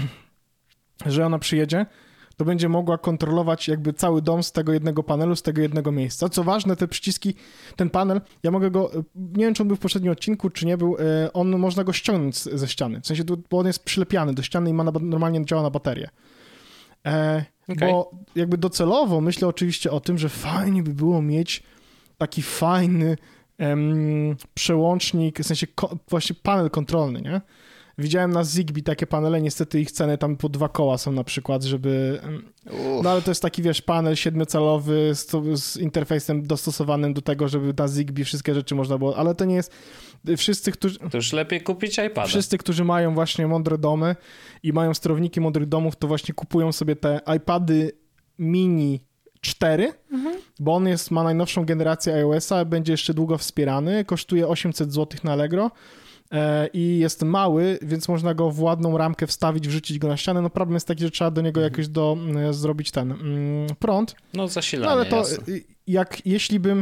że ona przyjedzie, to będzie mogła kontrolować jakby cały dom z tego jednego panelu, z tego jednego miejsca. Co ważne, te przyciski, ten panel, ja mogę go, nie wiem, czy on był w poprzednim odcinku, czy nie był, on można go ściągnąć ze ściany. W sensie, bo on jest przylepiany do ściany i ma na, normalnie działa na baterię. E, Okay. Bo jakby docelowo myślę oczywiście o tym, że fajnie by było mieć taki fajny em, przełącznik, w sensie ko- właśnie panel kontrolny, nie? Widziałem na Zigbee takie panele, niestety ich ceny tam po dwa koła są na przykład, żeby... Uff. No ale to jest taki, wiesz, panel siedmiocalowy z, to- z interfejsem dostosowanym do tego, żeby na Zigbee wszystkie rzeczy można było, ale to nie jest... Wszyscy, którzy... To już lepiej kupić iPada. Wszyscy, którzy mają właśnie mądre domy i mają sterowniki mądrych domów, to właśnie kupują sobie te iPady mini cztery, mhm. bo on jest, ma najnowszą generację iOS-a, będzie jeszcze długo wspierany, kosztuje osiemset złotych na Allegro e, i jest mały, więc można go w ładną ramkę wstawić, wrzucić go na ścianę. No problem jest taki, że trzeba do niego mhm. jakoś do, e, zrobić ten mm, prąd. No zasilanie, No ale to jasne. jak, jeśli bym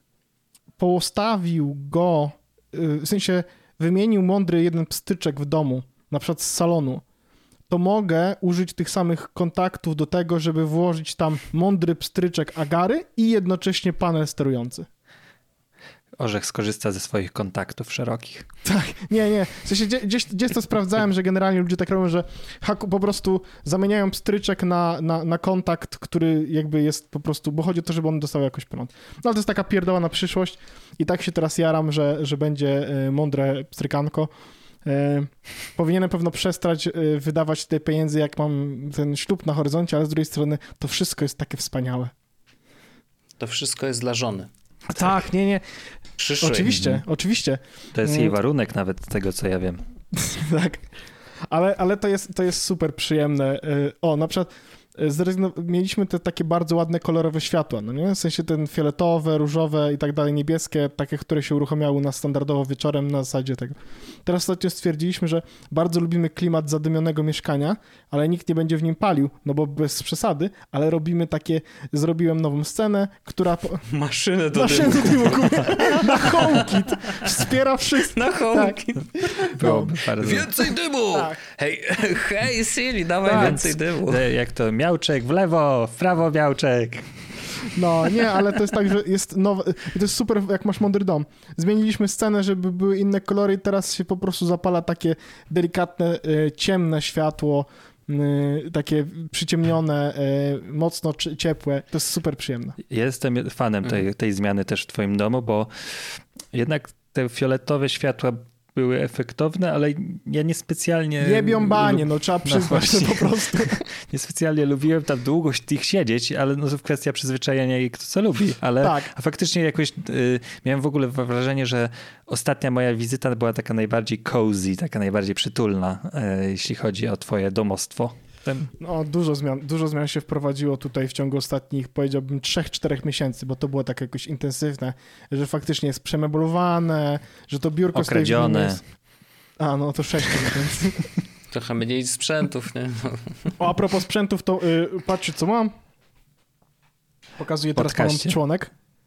postawił go, w sensie wymienił mądry jeden pstryczek w domu, na przykład z salonu, to mogę użyć tych samych kontaktów do tego, żeby włożyć tam mądry pstryczek Agary i jednocześnie panel sterujący. Orzech skorzysta ze swoich kontaktów szerokich. Tak, nie, nie. W sensie gdzieś, gdzieś, gdzieś to sprawdzałem, że generalnie ludzie tak robią, że haku, po prostu zamieniają pstryczek na, na, na kontakt, który jakby jest po prostu, bo chodzi o to, żeby on dostał jakoś prąd. No ale to jest taka pierdoła na przyszłość i tak się teraz jaram, że, że będzie e, mądre pstrykanko. E, powinienem pewno przestać e, wydawać te pieniędzy, jak mam ten ślub na horyzoncie, ale z drugiej strony to wszystko jest takie wspaniałe. To wszystko jest dla żony. Tak, nie, nie. Przyszłej. Oczywiście, mhm. oczywiście. To jest jej warunek nawet z tego, co ja wiem. Tak, ale, ale to, jest, to jest super przyjemne. O, na przykład zrezygnow- mieliśmy te takie bardzo ładne, kolorowe światła, no nie? W sensie ten fioletowe, różowe i tak dalej, niebieskie, takie, które się uruchamiały na standardowo wieczorem na zasadzie tego. Teraz ostatnio stwierdziliśmy, że bardzo lubimy klimat zadymionego mieszkania, ale nikt nie będzie w nim palił, no bo bez przesady, ale robimy takie, zrobiłem nową scenę, która... Po... Maszynę do Maszynę dymu. do dymu kupię. Na HomeKit. Wspiera wszystko. Na HomeKit. Byłoby bardzo... Więcej dymu! Tak. Hej, hej Siri, dawaj Tak. więcej dymu. Jak to miałczek w lewo, w prawo miałczek. No, nie, ale to jest tak, że jest nowe, i to jest super, jak masz mądry dom. Zmieniliśmy scenę, żeby były inne kolory i teraz się po prostu zapala takie delikatne, y, ciemne światło, y, takie przyciemnione, y, mocno czy, ciepłe. To jest super przyjemne. Jestem fanem tej, tej zmiany też w twoim domu, bo jednak te fioletowe światła były efektowne, ale ja niespecjalnie... Jebią banie, no trzeba przyznać no to po prostu. Niespecjalnie lubiłem tam długo tych siedzieć, ale no to kwestia przyzwyczajenia i kto co lubi, ale tak. a faktycznie jakoś y, miałem w ogóle wrażenie, że ostatnia moja wizyta była taka najbardziej cozy, taka najbardziej przytulna, y, jeśli chodzi o twoje domostwo. Ten... No, dużo zmian, dużo zmian się wprowadziło tutaj w ciągu ostatnich, powiedziałbym, trzech czterech miesięcy, bo to było tak jakoś intensywne, że faktycznie jest przemeblowane, że to biurko Okradzione. stoi w jest... A, no to sześć miesięcy. Trochę mniej sprzętów, nie? O, a propos sprzętów, to yy, patrzcie, co mam. Pokazuję teraz panom członek.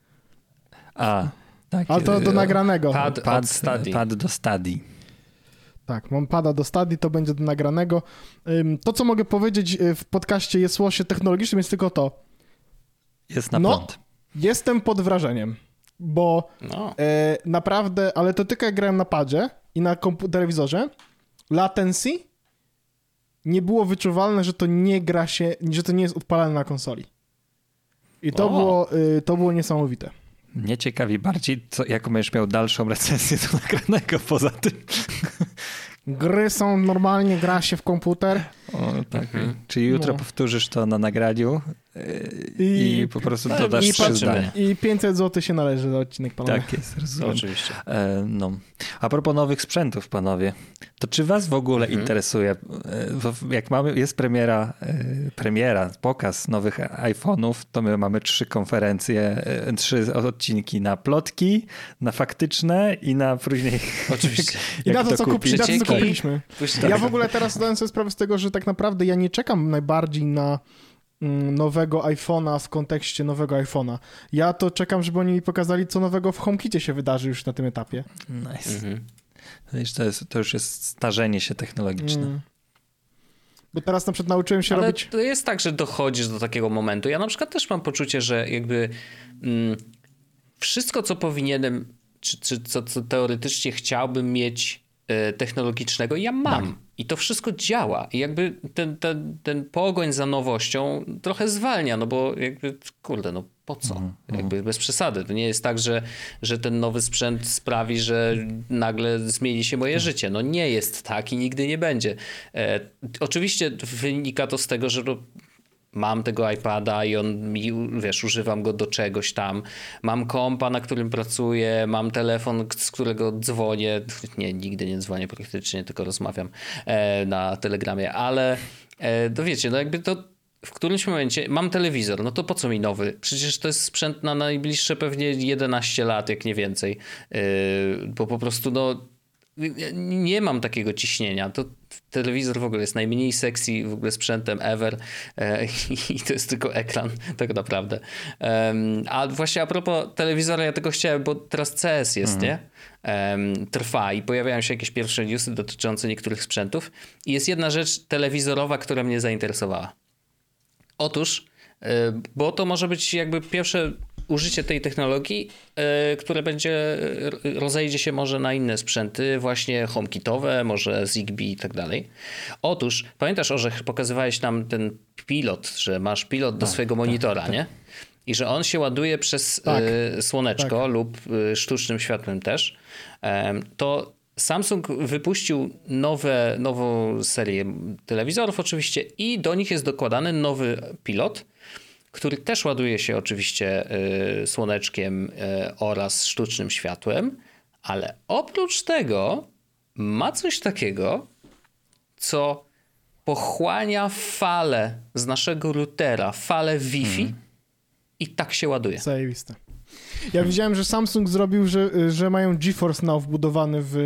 A, tak. Ale to do nagranego. Pad, pad, study. pad do study. Tak, mam pada do study, to będzie do nagranego. To, co mogę powiedzieć w podcaście Jest Łosie Technologicznym, jest tylko to. Jest na no, prąd. Jestem pod wrażeniem, bo no. e, naprawdę, ale to tylko jak grałem na padzie i na kompu- telewizorze, latency nie było wyczuwalne, że to nie gra się, że to nie jest odpalane na konsoli. I to, było, y, to było niesamowite. Mnie ciekawi bardziej, co, jaką będziesz miał dalszą recenzję do nagranego poza tym. Gry są normalnie, gra się w komputer. O, tak. Mhm. Czyli jutro no. powtórzysz to na nagraniu i, i po prostu tak, dodasz i trzy zdania. I pięćset złotych się należy za odcinek, panowie. Tak jest, rozumiem. Oczywiście. E, no. A propos nowych sprzętów, panowie, to czy was w ogóle mhm. interesuje, e, jak mamy, jest premiera, e, premiera, pokaz nowych iPhone'ów, to my mamy trzy konferencje, e, trzy odcinki na plotki, na faktyczne i na później... Oczywiście. I na to, co, kupi, na to, co kupiliśmy. Tak. Ja w ogóle teraz zdałem sobie sprawę z tego, że tak naprawdę ja nie czekam najbardziej na mm, nowego iPhone'a w kontekście nowego iPhone'a. Ja to czekam, żeby oni mi pokazali, co nowego w HomeKitie się wydarzy już na tym etapie. Nice. Mhm. To, jest, to już jest starzenie się technologiczne. Mm. Bo teraz na przykład nauczyłem się Ale robić... to jest tak, że dochodzisz do takiego momentu. Ja na przykład też mam poczucie, że jakby mm, wszystko, co powinienem, czy, czy co, co teoretycznie chciałbym mieć y, technologicznego, ja mam. Tak. I to wszystko działa. I jakby ten, ten, ten pogoń za nowością trochę zwalnia, no bo jakby, kurde, no po co? Mm, jakby mm. bez przesady. To nie jest tak, że, że ten nowy sprzęt sprawi, że nagle zmieni się moje mm. życie. No nie jest tak i nigdy nie będzie. E, oczywiście wynika to z tego, że no, mam tego iPada i on mi, wiesz, używam go do czegoś tam. Mam kompa, na którym pracuję, mam telefon, z którego dzwonię. Nie, nigdy nie dzwonię praktycznie, tylko rozmawiam e, na Telegramie, ale e, to wiecie, no jakby to w którymś momencie mam telewizor, no to po co mi nowy? Przecież to jest sprzęt na najbliższe pewnie jedenaście lat, jak nie więcej. Yy, bo po prostu no nie mam takiego ciśnienia. To telewizor w ogóle jest najmniej sexy w ogóle sprzętem ever e, i to jest tylko ekran tak naprawdę. Um, a właśnie a propos telewizora, ja tego chciałem, bo teraz C S jest, mhm. nie? Um, trwa i pojawiają się jakieś pierwsze newsy dotyczące niektórych sprzętów i jest jedna rzecz telewizorowa, która mnie zainteresowała. Otóż, bo to może być jakby pierwsze użycie tej technologii, które będzie, rozejdzie się może na inne sprzęty, właśnie HomeKitowe, może Zigbee i tak dalej. Otóż, pamiętasz, Orzech, pokazywałeś nam ten pilot, że masz pilot do tak, swojego tak, monitora, tak. nie? I że on się ładuje przez tak, słoneczko tak. lub sztucznym światłem też. To Samsung wypuścił nowe, nową serię telewizorów oczywiście i do nich jest dokładany nowy pilot, który też ładuje się oczywiście y, słoneczkiem y, oraz sztucznym światłem, ale oprócz tego ma coś takiego, co pochłania falę z naszego routera, falę Wi-Fi mm. i tak się ładuje. Zajebiste. Ja widziałem, że Samsung zrobił, że, że mają GeForce Now wbudowany w,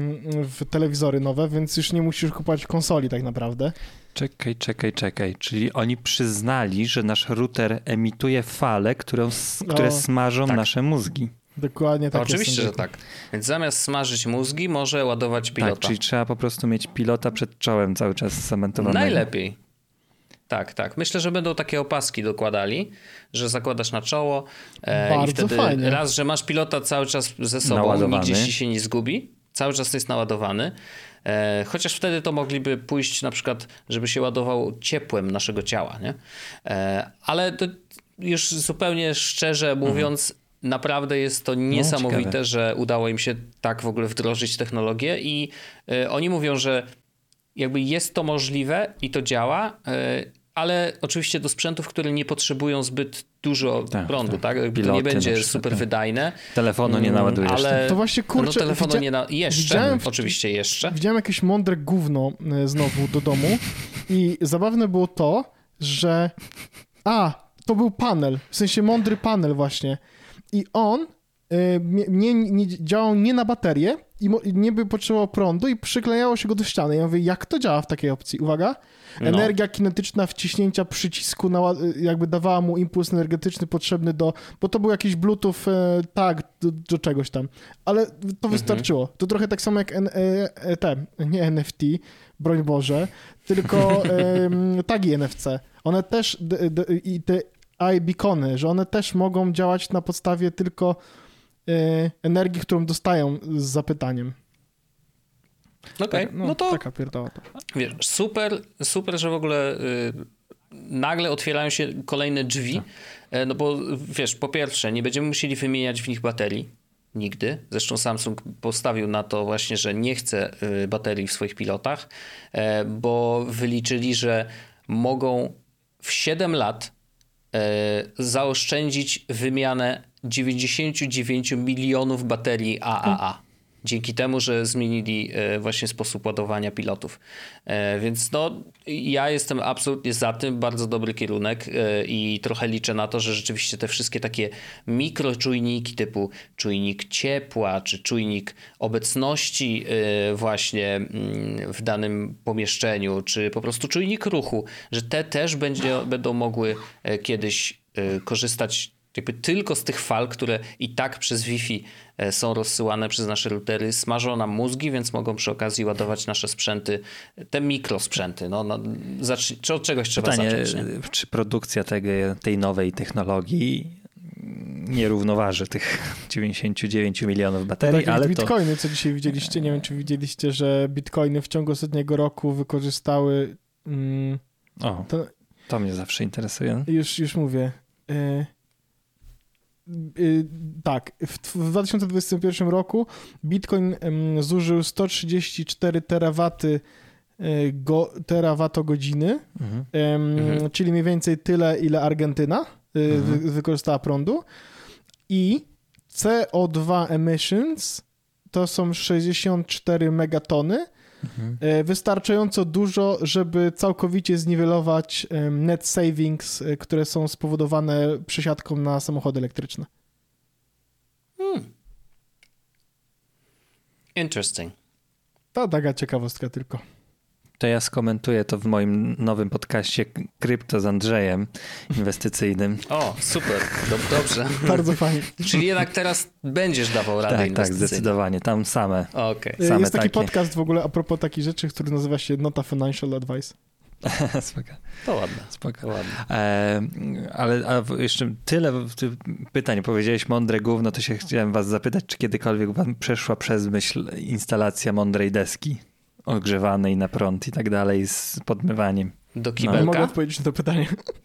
w telewizory nowe, więc już nie musisz kupować konsoli tak naprawdę. Czekaj, czekaj, czekaj. Czyli oni przyznali, że nasz router emituje fale, które, które o, smażą tak. nasze mózgi. Dokładnie tak. Oczywiście, że tak. Więc zamiast smażyć mózgi, może ładować pilota. Tak, czyli trzeba po prostu mieć pilota przed czołem cały czas zamontowanego. Najlepiej. Tak, tak. Myślę, że będą takie opaski dokładali, że zakładasz na czoło e, Bardzo i wtedy fajnie. raz, że masz pilota cały czas ze sobą, naładowany. Nigdzie ci się nie zgubi, cały czas jest naładowany. E, chociaż wtedy to mogliby pójść na przykład, żeby się ładował ciepłem naszego ciała, nie? E, ale to już zupełnie szczerze mówiąc, mhm. naprawdę jest to niesamowite, no, że udało im się tak w ogóle wdrożyć technologię i y, oni mówią, że jakby jest to możliwe i to działa, y, ale oczywiście do sprzętów, które nie potrzebują zbyt dużo tak, prądu, tak? tak? Jakby to nie będzie super wydajne. Telefonu nie naładujesz. Ale to właśnie kurczę, no telefonu widzia... nie na... Jeszcze, w... oczywiście jeszcze. Widziałem jakieś mądre gówno znowu do domu i zabawne było to, że a, to był panel, w sensie mądry panel właśnie i on y, nie, nie, działał nie na baterię i nie by potrzebował prądu i przyklejało się go do ściany. Ja mówię, jak to działa w takiej opcji? Uwaga. Energia no. kinetyczna wciśnięcia przycisku na, jakby dawała mu impuls energetyczny potrzebny do, bo to był jakiś bluetooth, e, tak, do, do czegoś tam, ale to wystarczyło. Mhm. To trochę tak samo jak N, e, te, nie N F T, broń Boże, tylko e, tagi N F C. One też, d, d, i te iBeacony, że one też mogą działać na podstawie tylko e, energii, którą dostają z zapytaniem. Okej, okay, no, no to taka pierdoła to. Wiesz, super, super, że w ogóle y, nagle otwierają się kolejne drzwi, y, no bo wiesz, po pierwsze, nie będziemy musieli wymieniać w nich baterii, nigdy. Zresztą Samsung postawił na to właśnie, że nie chce y, baterii w swoich pilotach, y, bo wyliczyli, że mogą w siedem lat y, zaoszczędzić wymianę dziewięćdziesiąt dziewięć milionów baterii A A A. Dzięki temu, że zmienili właśnie sposób ładowania pilotów. Więc no, ja jestem absolutnie za tym, bardzo dobry kierunek i trochę liczę na to, że rzeczywiście te wszystkie takie mikroczujniki typu czujnik ciepła, czy czujnik obecności właśnie w danym pomieszczeniu, czy po prostu czujnik ruchu, że te też będzie, będą mogły kiedyś korzystać jakby tylko z tych fal, które i tak przez Wi-Fi są rozsyłane przez nasze routery, smażą nam mózgi, więc mogą przy okazji ładować nasze sprzęty, te mikrosprzęty. No, no, zacz... czy od czegoś trzeba Pytanie, zacząć. Nie? Czy produkcja tego, tej nowej technologii nie równoważy tych dziewięćdziesiąt dziewięć milionów baterii, tak, ale bitcoiny, to... co dzisiaj widzieliście, nie wiem, czy widzieliście, że bitcoiny w ciągu ostatniego roku wykorzystały... Mm, o, to... to mnie zawsze interesuje. Już, już mówię... Y Tak, w dwa tysiące dwudziestym pierwszym roku Bitcoin zużył sto trzydzieści cztery terawaty go, terawatogodziny, mhm. um, czyli mniej więcej tyle, ile Argentyna mhm. wy, wykorzystała prądu i C O dwa emissions to są sześćdziesiąt cztery megatony, mhm. wystarczająco dużo, żeby całkowicie zniwelować net savings, które są spowodowane przesiadką na samochody elektryczne. Hmm. Interesting. To taka ciekawostka tylko. To ja skomentuję to w moim nowym podcaście Krypto z Andrzejem inwestycyjnym. O, super, dobrze. Bardzo fajnie. Czyli jednak teraz będziesz dawał radę tak, inwestycyjne. Tak, zdecydowanie, tam same. Okay. same Jest taki takie. podcast w ogóle a propos takich rzeczy, który nazywa się Not a Financial Advice. Spoko. To ładne. Spoko. To ładne. E, ale a jeszcze tyle pytań. Powiedziałeś mądre gówno, to się chciałem was zapytać, czy kiedykolwiek wam przeszła przez myśl instalacja mądrej deski ogrzewanej na prąd i tak dalej z podmywaniem. Do kibelka? No. Mogę odpowiedzieć na to pytanie.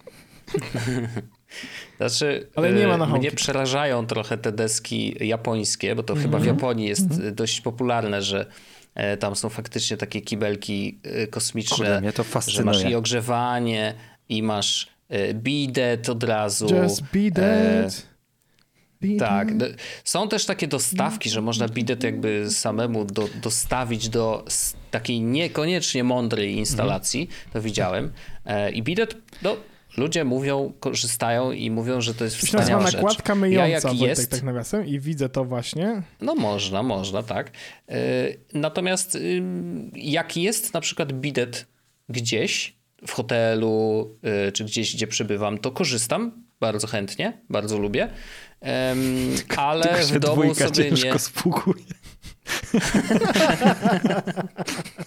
Znaczy, ale nie ma na mnie przerażają trochę te deski japońskie, bo to mm-hmm. chyba w Japonii jest mm-hmm. dość popularne, że tam są faktycznie takie kibelki kosmiczne, Kurde, mnie to fascynuje. że masz i ogrzewanie, i masz bidet od razu. Just bidet. E- Tak. Są też takie dostawki, że można bidet jakby samemu do, dostawić do takiej niekoniecznie mądrej instalacji. To widziałem. I bidet, no, ludzie mówią, korzystają i mówią, że to jest wspaniała rzecz. Nakładka myjąca, ja jak jest, tak nawiasem i widzę to właśnie. No można, można, tak. Natomiast jak jest na przykład bidet gdzieś w hotelu, czy gdzieś, gdzie przybywam, to korzystam bardzo chętnie, bardzo lubię. Um, ale Tylko się w domu sobie ciężko nie... spłukuje.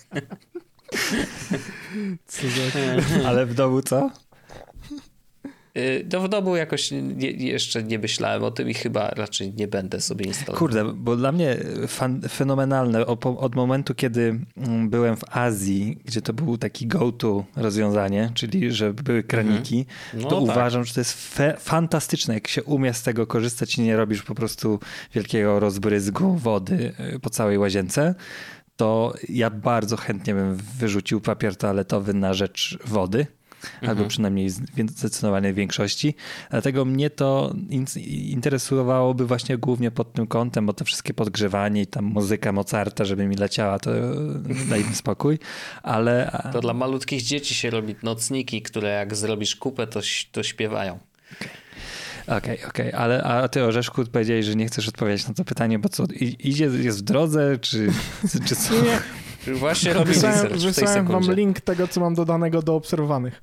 Co za... Ale w domu co? No w domu jakoś nie, jeszcze nie myślałem o tym i chyba raczej nie będę sobie instalował. Kurde, bo dla mnie fan, fenomenalne od momentu, kiedy byłem w Azji, gdzie to był taki go-to rozwiązanie, czyli że były kraniki, mhm. no to tak. Uważam, że to jest fe, fantastyczne, jak się umie z tego korzystać i nie robisz po prostu wielkiego rozbryzgu wody po całej łazience, to ja bardzo chętnie bym wyrzucił papier toaletowy na rzecz wody. Mhm. Albo przynajmniej w zdecydowanej większości. Dlatego mnie to interesowałoby właśnie głównie pod tym kątem, bo to wszystkie podgrzewanie i tam muzyka Mozarta, żeby mi leciała, to daj mi spokój. Ale... To dla malutkich dzieci się robi nocniki, które jak zrobisz kupę, to, to śpiewają. Okej, okay, okej, okay. Ale a ty, Orzeszku, powiedziałeś, że nie chcesz odpowiedzieć na to pytanie, bo co, idzie, jest w drodze, czy, czy co? Nie. Właśnie robię research w tej Wysłałem wam link tego, co mam dodanego do obserwowanych.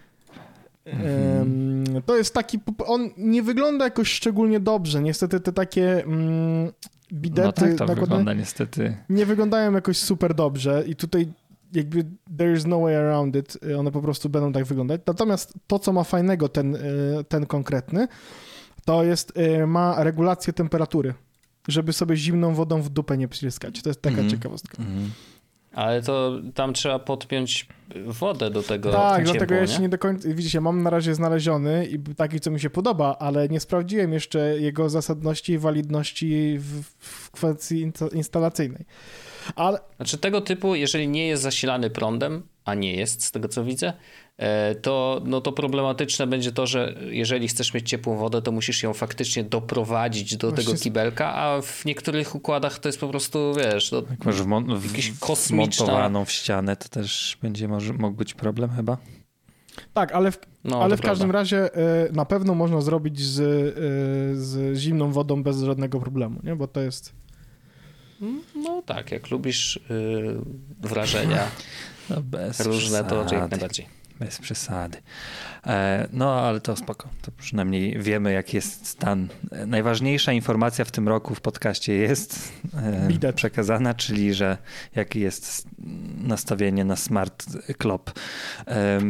Mm-hmm. To jest taki, on nie wygląda jakoś szczególnie dobrze. Niestety te takie mm, bidety no tak to tak wygląda niestety. Nie wyglądają jakoś super dobrze i tutaj jakby there is no way around it. One po prostu będą tak wyglądać. Natomiast to, co ma fajnego ten, ten konkretny, to jest, ma regulację temperatury, żeby sobie zimną wodą w dupę nie przyskać. To jest taka mm-hmm. ciekawostka. Mm-hmm. Ale to tam trzeba podpiąć wodę do tego. Tak, ciepło, dlatego ja nie? się nie do końca... Widzicie, mam na razie znaleziony i taki, co mi się podoba, ale nie sprawdziłem jeszcze jego zasadności i walidności w, w kwestii instalacyjnej. Ale... Znaczy tego typu, jeżeli nie jest zasilany prądem, a nie jest, z tego co widzę, to, no to problematyczne będzie to, że jeżeli chcesz mieć ciepłą wodę, to musisz ją faktycznie doprowadzić do Właśnie tego kibelka, a w niektórych układach to jest po prostu, wiesz, no, jak masz wmon- w, jakieś kosmiczna... wmontowaną w ścianę, to też będzie może, mógł być problem chyba. Tak, ale w, no, ale w każdym razie y, na pewno można zrobić z, y, z zimną wodą bez żadnego problemu, nie? Bo to jest... No tak, jak lubisz y, wrażenia no bez różne, przesady. to jak najbardziej. Bez przesady. E, no, ale to spoko. To przynajmniej wiemy, jaki jest stan. Najważniejsza informacja w tym roku w podcaście jest e, przekazana, czyli, że jaki jest nastawienie na Smart Klop. E,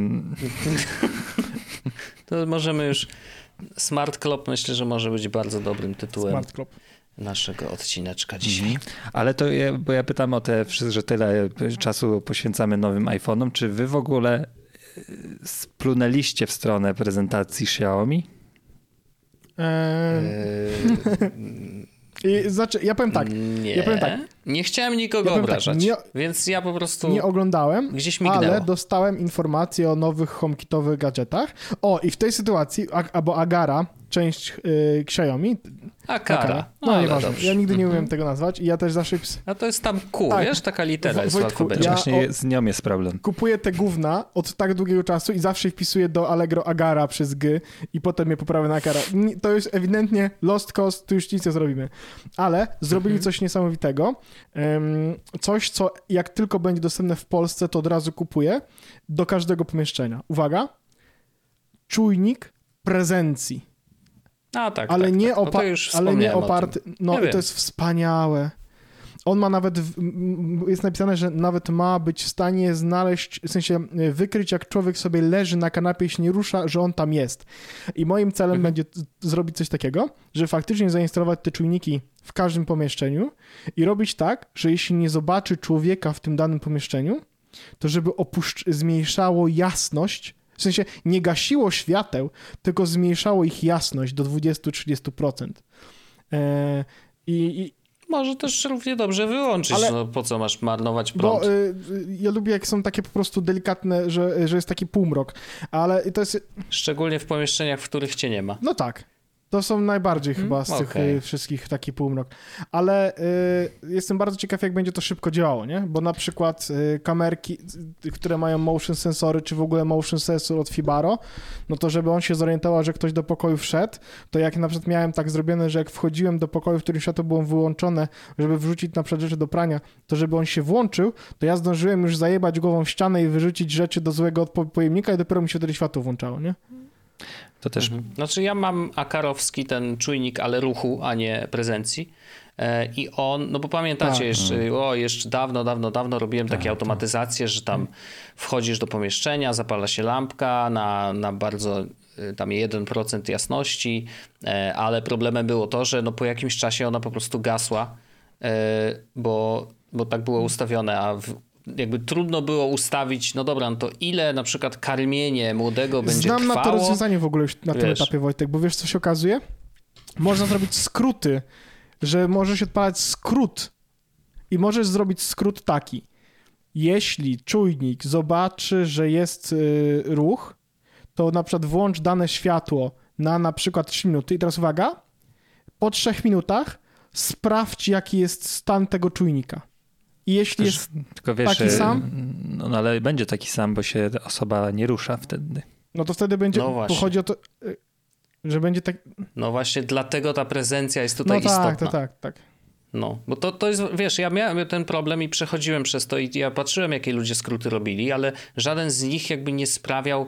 to możemy już... Smart Klop myślę, że może być bardzo dobrym tytułem. Smart Klop. Naszego odcineczka dzisiaj. Mm. Ale to, ja, bo ja pytam o te, że tyle czasu poświęcamy nowym iPhone'om, czy wy w ogóle splunęliście w stronę prezentacji Xiaomi? Eee... I, znaczy, ja powiem tak. Nie, ja powiem tak. nie chciałem nikogo ja obrażać, tak, nie, więc ja po prostu nie oglądałem, gdzieś mignęło. Ale dostałem informacje o nowych HomeKitowych gadżetach. O, i w tej sytuacji, albo Agara, część y, Xiaomi. Agara. Agara. No, no nieważne. Ja nigdy nie umiem tego nazwać i ja też zawsze... A to jest tam Q, tak. Wiesz? Taka litera jest łatwo będzie. Ja Właśnie o, z nią jest problem. Kupuję te gówna od tak długiego czasu i zawsze wpisuję do Allegro Agara przez G i potem je poprawię na Agara. To jest ewidentnie lost cost, tu już nic nie zrobimy. Ale zrobili mhm. coś niesamowitego. Um, coś, co jak tylko będzie dostępne w Polsce, to od razu kupuję do każdego pomieszczenia. Uwaga. Czujnik prezencji. A, tak, ale tak, nie, tak. Opa- no już ale nie oparty. No ja i to jest wspaniałe. On ma nawet, jest napisane, że nawet ma być w stanie znaleźć, w sensie wykryć, jak człowiek sobie leży na kanapie i się nie rusza, że on tam jest. I moim celem mhm. będzie zrobić coś takiego, że faktycznie zainstalować te czujniki w każdym pomieszczeniu i robić tak, że jeśli nie zobaczy człowieka w tym danym pomieszczeniu, to żeby opuszcz- zmniejszało jasność. W sensie nie gasiło świateł, tylko zmniejszało ich jasność do dwadzieścia do trzydziestu procent. Eee, i, i Może też równie dobrze wyłączyć, ale, no po co masz marnować prąd? Bo y, ja lubię, jak są takie po prostu delikatne, że, że jest taki półmrok, ale to jest... Szczególnie w pomieszczeniach, w których cię nie ma. No tak. To są najbardziej hmm, chyba z okay. tych y, wszystkich taki półmrok. Ale y, jestem bardzo ciekaw, jak będzie to szybko działało, nie? Bo na przykład y, kamerki, y, które mają motion sensory, czy w ogóle motion sensor od Fibaro, no to żeby on się zorientował, że ktoś do pokoju wszedł, to jak na przykład miałem tak zrobione, że jak wchodziłem do pokoju, w którym światło było wyłączone, żeby wrzucić na przykład rzeczy do prania, to żeby on się włączył, to ja zdążyłem już zajebać głową w ścianę i wyrzucić rzeczy do złego pojemnika i dopiero mi się wtedy światło włączało, nie? To też... Mhm. Znaczy ja mam akarowski ten czujnik, ale ruchu, a nie prezencji. I on, no bo pamiętacie tak. jeszcze, o jeszcze dawno, dawno, dawno robiłem tak, takie automatyzacje, tak. że tam wchodzisz do pomieszczenia, zapala się lampka na, na bardzo tam jeden procent jasności, ale problemem było to, że no po jakimś czasie ona po prostu gasła, bo, bo tak było ustawione, a w, jakby trudno było ustawić, no dobra, no to ile na przykład karmienie młodego będzie Znam trwało. na to rozwiązanie w ogóle już na tym Wiesz. etapie, Wojtek, bo wiesz, co się okazuje? Można zrobić skróty, że możesz odpalać skrót i możesz zrobić skrót taki. Jeśli czujnik zobaczy, że jest y, ruch, to na przykład włącz dane światło na na przykład trzy minuty i teraz uwaga, po trzech minutach sprawdź, jaki jest stan tego czujnika. I jeśli Też, jest tylko wiesz, taki sam, no, no ale będzie taki sam, bo się osoba nie rusza wtedy. no to wtedy będzie, No bo właśnie. chodzi o to, y, że będzie tak... No właśnie dlatego ta prezencja jest tutaj No tak, istotna. to tak, tak. No, bo to, to jest, wiesz, ja miałem ten problem i przechodziłem przez to i ja patrzyłem, jakie ludzie skróty robili, ale żaden z nich jakby nie sprawiał,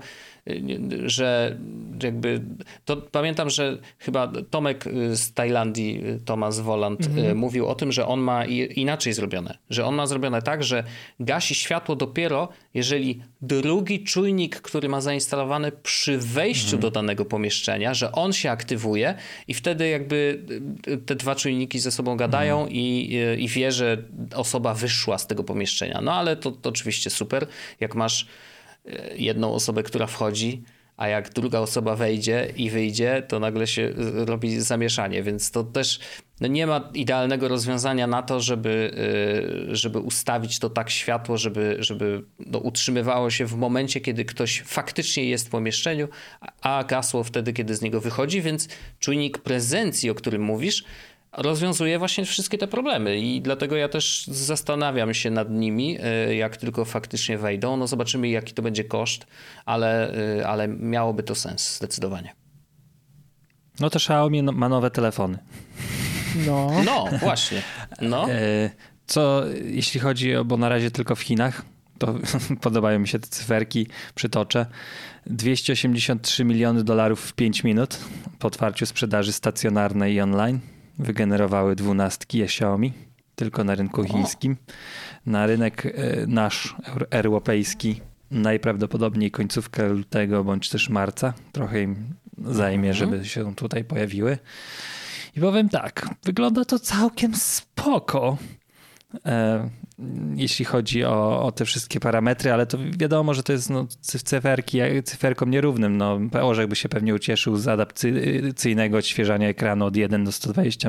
że jakby, to pamiętam, że chyba Tomek z Tajlandii, Tomasz Woland, mhm. mówił o tym, że on ma inaczej zrobione, że on ma zrobione tak, że gasi światło dopiero, jeżeli drugi czujnik, który ma zainstalowany przy wejściu mhm. do danego pomieszczenia, że on się aktywuje i wtedy jakby te dwa czujniki ze sobą gadają mhm. i, i wie, że osoba wyszła z tego pomieszczenia. No ale to, to oczywiście super, jak masz jedną osobę, która wchodzi, a jak druga osoba wejdzie i wyjdzie, to nagle się robi zamieszanie, więc to też no nie ma idealnego rozwiązania na to, żeby, żeby ustawić to tak światło, żeby, żeby no utrzymywało się w momencie, kiedy ktoś faktycznie jest w pomieszczeniu, a gasło wtedy, kiedy z niego wychodzi, więc czujnik prezencji, o którym mówisz, rozwiązuje właśnie wszystkie te problemy i dlatego ja też zastanawiam się nad nimi, jak tylko faktycznie wejdą. No zobaczymy, jaki to będzie koszt, ale, ale miałoby to sens zdecydowanie. No to Xiaomi ma nowe telefony. No, no właśnie. No. Co jeśli chodzi o, bo na razie tylko w Chinach, to podobają mi się te cyferki, przytoczę. dwieście osiemdziesiąt trzy miliony dolarów w pięć minut po otwarciu sprzedaży stacjonarnej i online. Wygenerowały dwunastki Xiaomi, tylko na rynku chińskim. Na rynek nasz, europejski, najprawdopodobniej końcówkę lutego bądź też marca. Trochę im zajmie, żeby się tutaj pojawiły. I powiem tak, wygląda to całkiem spoko, e, jeśli chodzi o, o te wszystkie parametry, ale to wiadomo, że to jest no, cyferki, cyferkom nierównym. No, Orzech by się pewnie ucieszył z adaptacyjnego odświeżania ekranu od jeden do sto dwadzieścia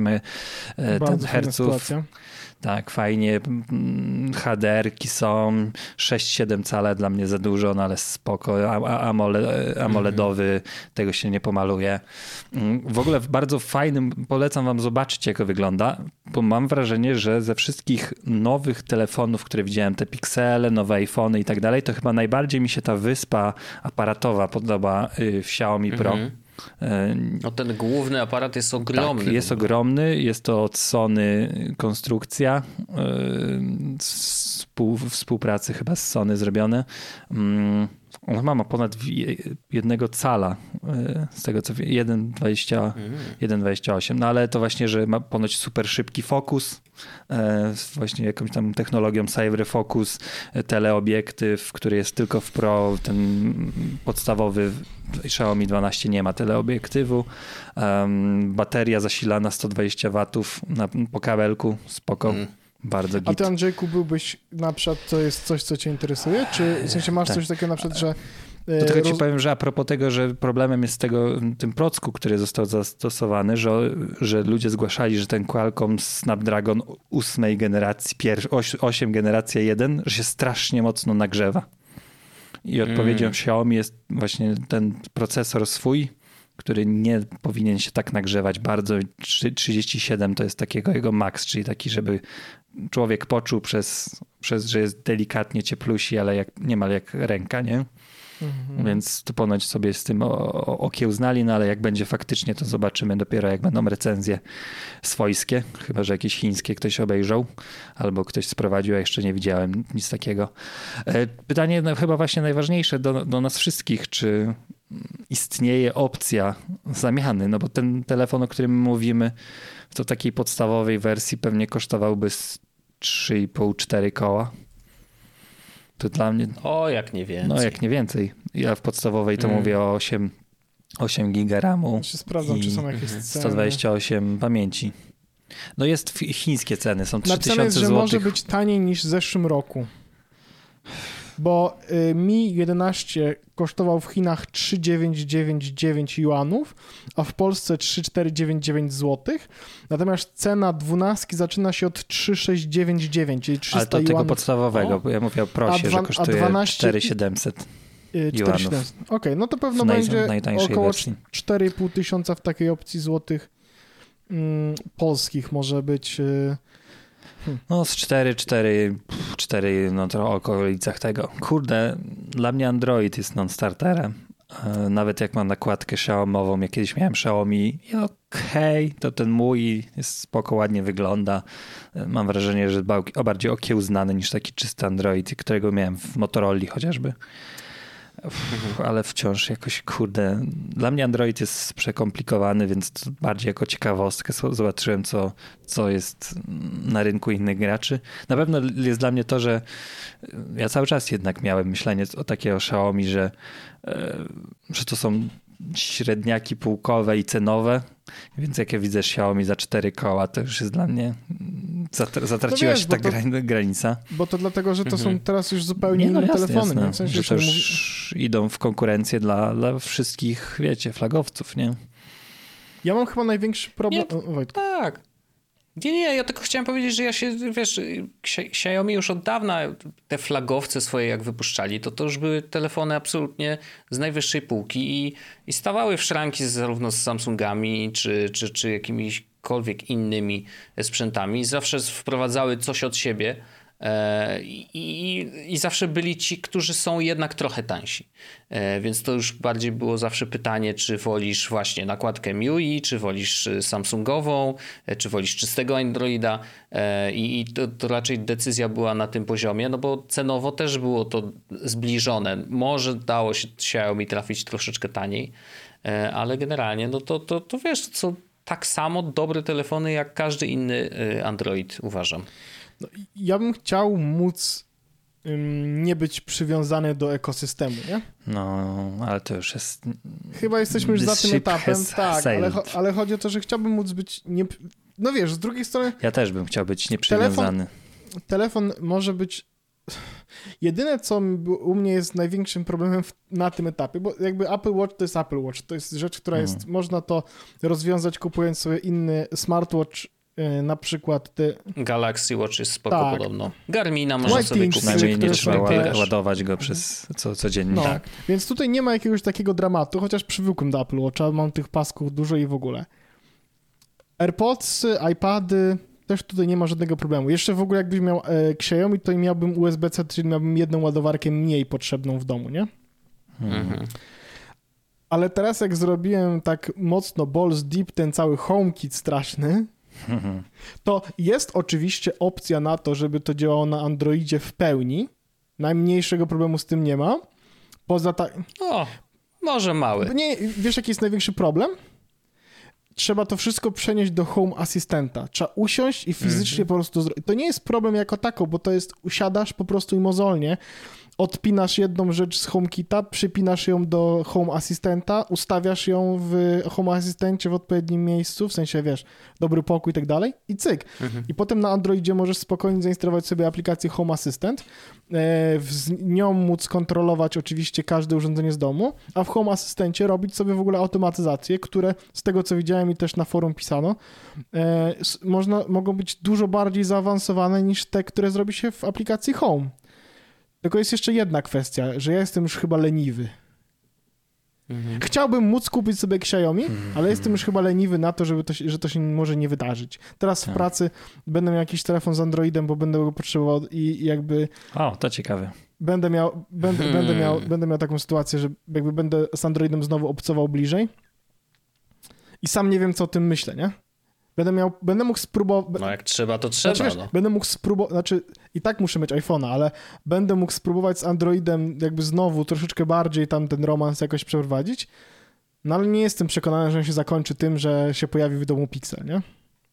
herców. Tak, fajnie. H D R-ki są, sześć siedem cala dla mnie za dużo, no ale spoko. AMOLED, AMOLEDowy, tego się nie pomaluje. W ogóle bardzo fajnym, polecam wam zobaczyć, jak to wygląda, bo mam wrażenie, że ze wszystkich nowych telefonów, które widziałem, te piksele, nowe iPhony i tak dalej, to chyba najbardziej mi się ta wyspa aparatowa podoba w Xiaomi Pro. Mhm. No ten główny aparat jest ogromny. Tak, jest ogromny, jest to od Sony konstrukcja, współ, współpracy chyba z Sony zrobione. On ma ponad jednego cala, z tego co wiem, jeden przecinek dwadzieścia osiem, no ale to właśnie, że ma ponoć super szybki fokus, właśnie jakąś tam technologią Cyber Focus, teleobiektyw, który jest tylko w Pro, ten podstawowy Xiaomi dwanaście nie ma teleobiektywu, bateria zasilana sto dwadzieścia watów na, po kabelku, spoko. Mm. Bardzo git. A ty, Andrzejku, byłbyś na przykład, to jest coś, co cię interesuje? Czy w sensie masz tak. coś takiego na przykład, że... Do tego roz... ci powiem, że a propos tego, że problemem jest tego, tym procku, który został zastosowany, że, że ludzie zgłaszali, że ten Qualcomm Snapdragon ósmej generacji, osiem generacja jeden, że się strasznie mocno nagrzewa. I odpowiedzią mm. Xiaomi jest właśnie ten procesor swój, który nie powinien się tak nagrzewać bardzo. trzydzieści siedem to jest takiego jego max, czyli taki, żeby człowiek poczuł przez, przez że jest delikatnie cieplusi, ale jak, niemal jak ręka, nie? Mhm. Więc to ponoć sobie z tym okiełznali, no ale jak będzie faktycznie, to zobaczymy dopiero, jak będą recenzje swojskie, chyba że jakieś chińskie ktoś obejrzał albo ktoś sprowadził, a jeszcze nie widziałem nic takiego. Pytanie no, chyba właśnie najważniejsze do, do nas wszystkich, czy istnieje opcja zamiany, no bo ten telefon, o którym mówimy, to takiej podstawowej wersji pewnie kosztowałby trzy i pół cztery koła. To dla mnie... O, jak nie więcej. No, jak nie więcej. Ja w podstawowej to mm. mówię o osiem, osiem giga ramu. Ja się sprawdzam, czy są jakieś ceny. sto dwadzieścia osiem pamięci. No jest chińskie ceny, są trzy tysiące Napisane jest, że złotych. może być taniej niż w zeszłym roku. Bo y, Mi jedenaście kosztował w Chinach trzy tysiące dziewięćset dziewięćdziesiąt dziewięć juanów, a w Polsce trzy tysiące czterysta dziewięćdziesiąt dziewięć złotych. Natomiast cena dwunastki zaczyna się od trzy tysiące sześćset dziewięćdziesiąt dziewięć, czyli trzysta Ale to juanów. tego podstawowego, o? bo ja mówię o prosie, dwa, że kosztuje dwanaście cztery tysiące siedemset juanów. Okej, okay, no to pewno w naj, będzie około wersji. cztery i pół tysiąca w takiej opcji złotych mm, polskich może być. Y, Hmm. No z cztery, cztery, cztery, no to o okolicach tego. Kurde, dla mnie Android jest non-starterem. Nawet jak mam nakładkę Xiaomiową, jak kiedyś miałem Xiaomi, okej, okay, to ten mój jest spoko, ładnie wygląda. Mam wrażenie, że o bardziej okiełznany niż taki czysty Android, którego miałem w Motorola chociażby. Uff, ale wciąż jakoś, kurde, dla mnie Android jest przekomplikowany, więc to bardziej jako ciekawostkę zobaczyłem, co, co jest na rynku innych graczy. Na pewno jest dla mnie to, że ja cały czas jednak miałem myślenie o takiego Xiaomi, że, że to są średniaki półkowe i cenowe, więc jak ja widzę Xiaomi za cztery koła, to już jest dla mnie zatraciła no wiesz, się ta to, granica. Bo to dlatego, że to mhm. są teraz już zupełnie nie, no inne jasne, telefony. Jasne. Nie? W sensie, że to już mówi... idą w konkurencję dla, dla wszystkich, wiecie, flagowców, nie? Ja mam chyba największy problem... Nie, o, tak. Nie, nie, ja tylko chciałem powiedzieć, że ja się, wiesz, Xiaomi już od dawna te flagowce swoje jak wypuszczali, to to już były telefony absolutnie z najwyższej półki i, i stawały w szranki zarówno z Samsungami, czy, czy, czy jakimikolwiek innymi sprzętami. Zawsze wprowadzały coś od siebie i, i, i zawsze byli ci, którzy są jednak trochę tańsi. Więc to już bardziej było zawsze pytanie, czy wolisz właśnie nakładkę M I U I, czy wolisz Samsungową, czy wolisz czystego Androida i, i to, to raczej decyzja była na tym poziomie, no bo cenowo też było to zbliżone. Może dało się Xiaomi trafić troszeczkę taniej, ale generalnie no to, to, to wiesz, to są tak samo dobre telefony jak każdy inny Android, uważam. No, ja bym chciał móc ym, nie być przywiązany do ekosystemu, nie? No, ale to już jest... Chyba jesteśmy już za tym etapem, tak, ale, ale chodzi o to, że chciałbym móc być... Nie... No wiesz, z drugiej strony... Ja też bym chciał być nieprzywiązany. Telefon, telefon może być... Jedyne, co u mnie jest największym problemem w, na tym etapie, bo jakby Apple Watch to jest Apple Watch, to jest rzecz, która jest... Hmm. Można to rozwiązać kupując sobie inny smartwatch, na przykład te... Galaxy Watch jest spoko tak. podobno. Garmina można White sobie Things, kupić. Przynajmniej nie trzeba też... ładować go przez co, codziennie. No, tak. Więc tutaj nie ma jakiegoś takiego dramatu, chociaż przywykłem do Apple Watcha, mam tych pasków dużo i w ogóle. AirPods, iPady, też tutaj nie ma żadnego problemu. Jeszcze w ogóle jakbyś miał e, Xiaomi, to miałbym U S B C, czyli miałbym jedną ładowarkę mniej potrzebną w domu, nie? Mhm. Ale teraz jak zrobiłem tak mocno balls deep ten cały HomeKit straszny, to jest oczywiście opcja na to, żeby to działało na Androidzie w pełni. Najmniejszego problemu z tym nie ma. Poza tak... O, może mały. Nie, wiesz, jaki jest największy problem? Trzeba to wszystko przenieść do Home Assistanta. Trzeba usiąść i fizycznie mm-hmm. po prostu zrobić. To nie jest problem jako tako, bo to jest usiadasz po prostu i mozolnie, odpinasz jedną rzecz z HomeKita, przypinasz ją do Home Assistanta, ustawiasz ją w Home Assistencie w odpowiednim miejscu, w sensie, wiesz, dobry pokój i tak dalej i cyk. Mhm. I potem na Androidzie możesz spokojnie zainstalować sobie aplikację Home Assistant, z nią móc kontrolować oczywiście każde urządzenie z domu, a w Home Assistencie robić sobie w ogóle automatyzacje, które z tego, co widziałem i też na forum pisano, można, mogą być dużo bardziej zaawansowane niż te, które zrobi się w aplikacji Home. Tylko jest jeszcze jedna kwestia, że ja jestem już chyba leniwy. Mhm. Chciałbym móc kupić sobie Xiaomi, mhm. ale jestem już chyba leniwy na to, żeby to, że to się może nie wydarzyć. Teraz w tak. pracy będę miał jakiś telefon z Androidem, bo będę go potrzebował i jakby... O, to ciekawe. Będę miał, będę, hmm. będę miał, będę miał taką sytuację, że jakby będę z Androidem znowu obcował bliżej i sam nie wiem, co o tym myślę, nie? Będę miał, będę mógł spróbować... No jak trzeba, to trzeba. Znaczy, wiesz, no. Będę mógł spróbować, znaczy i tak muszę mieć iPhone'a, ale będę mógł spróbować z Androidem jakby znowu troszeczkę bardziej tam ten romans jakoś przeprowadzić, no ale nie jestem przekonany, że on się zakończy tym, że się pojawi w domu Pixel, nie?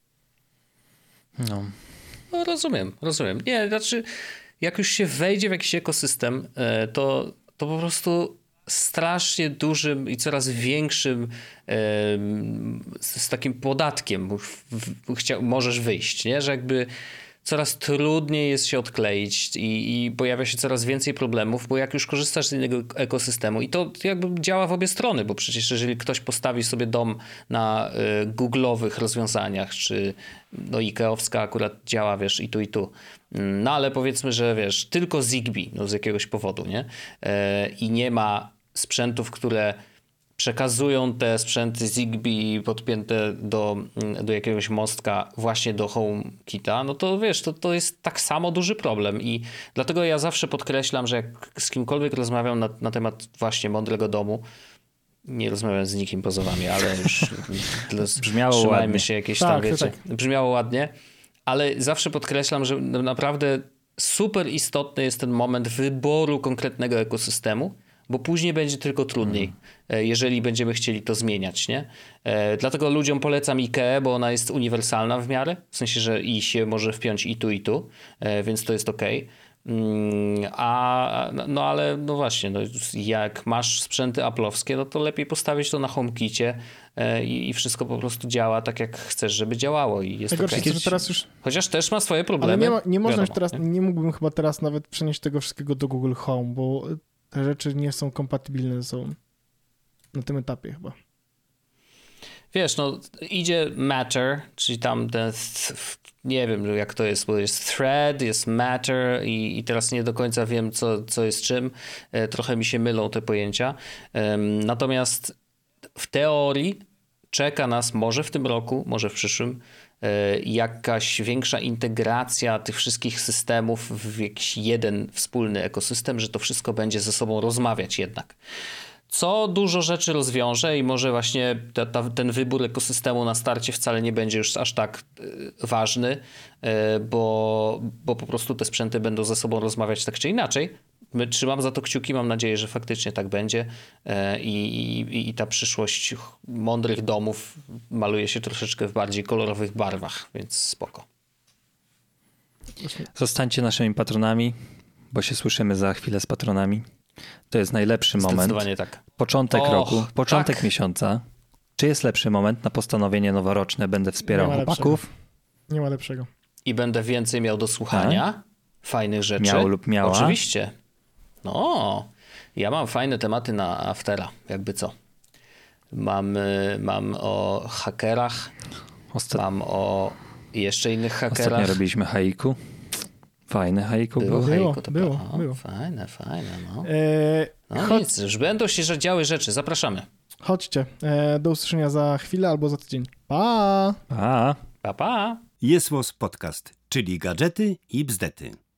No. No rozumiem, rozumiem. Nie, znaczy jak już się wejdzie w jakiś ekosystem, to, to po prostu strasznie dużym i coraz większym e, z, z takim podatkiem w, w, chcia, możesz wyjść, nie? Że jakby coraz trudniej jest się odkleić i, i pojawia się coraz więcej problemów, bo jak już korzystasz z innego ekosystemu i to jakby działa w obie strony, bo przecież jeżeli ktoś postawi sobie dom na y, googlowych rozwiązaniach, czy no Ikeowska akurat działa, wiesz, i tu i tu, no ale powiedzmy, że wiesz, tylko Zigbee, no z jakiegoś powodu, nie? Y, I nie ma sprzętów, które przekazują te sprzęty Zigbee podpięte do, do jakiegoś mostka właśnie do HomeKita, no to wiesz, to, to jest tak samo duży problem i dlatego ja zawsze podkreślam, że jak z kimkolwiek rozmawiam na, na temat właśnie mądrego domu, nie rozmawiam z nikim poza wami, ale już brzmiało trzymajmy ładnie. się jakieś tak, tam, wiecie, tak. brzmiało ładnie, ale zawsze podkreślam, że naprawdę super istotny jest ten moment wyboru konkretnego ekosystemu, bo później będzie tylko trudniej, hmm. jeżeli będziemy chcieli to zmieniać, nie? E, dlatego ludziom polecam Ikeę, bo ona jest uniwersalna w miarę, w sensie, że i się może wpiąć i tu, i tu, e, więc to jest okej. Mm, a no ale no właśnie, no, jak masz sprzęty Apple'owskie, no to lepiej postawić to na HomeKicie e, i, i wszystko po prostu działa tak, jak chcesz, żeby działało i jest Najgorsze okej. jest, że teraz już... Chociaż też ma swoje problemy. Ale nie, ma, nie można wiadomo, już teraz, nie? nie mógłbym chyba teraz nawet przenieść tego wszystkiego do Google Home, bo te rzeczy nie są kompatybilne ze sobą. Na tym etapie chyba. Wiesz, no idzie Matter, czyli tam ten, nie wiem jak to jest, bo jest Thread, jest Matter i, i teraz nie do końca wiem co, co jest czym. E, trochę mi się mylą te pojęcia. E, natomiast w teorii czeka nas może w tym roku, może w przyszłym e, jakaś większa integracja tych wszystkich systemów w jakiś jeden wspólny ekosystem, że to wszystko będzie ze sobą rozmawiać jednak. Co dużo rzeczy rozwiąże i może właśnie ta, ta, ten wybór ekosystemu na starcie wcale nie będzie już aż tak y, ważny, y, bo, bo po prostu te sprzęty będą ze sobą rozmawiać tak czy inaczej. My trzymam za to kciuki, mam nadzieję, że faktycznie tak będzie y, i, i ta przyszłość mądrych domów maluje się troszeczkę w bardziej kolorowych barwach, więc spoko. Zostańcie naszymi patronami, bo się słyszymy za chwilę z patronami. To jest najlepszy moment. Zdecydowanie tak. Początek Och, roku, początek tak. miesiąca. Czy jest lepszy moment na postanowienie noworoczne? Będę wspierał Nie ma chłopaków. Nie ma lepszego. I będę więcej miał do słuchania A? fajnych rzeczy. Miał lub miała? Oczywiście. No, ja mam fajne tematy na Aftera, jakby co. Mam, mam o hakerach, Ostat... mam o jeszcze innych hakerach. Ostatnio robiliśmy haiku. Fajne haiku było. Było, Było, hejku, to było, o, było. Fajne, fajne, no. E, No chodź, nic, już będą się działy rzeczy, zapraszamy. chodźcie. E, do usłyszenia za chwilę albo za tydzień. Pa! A. Pa, pa! Jest Podcast, czyli gadżety i bzdety.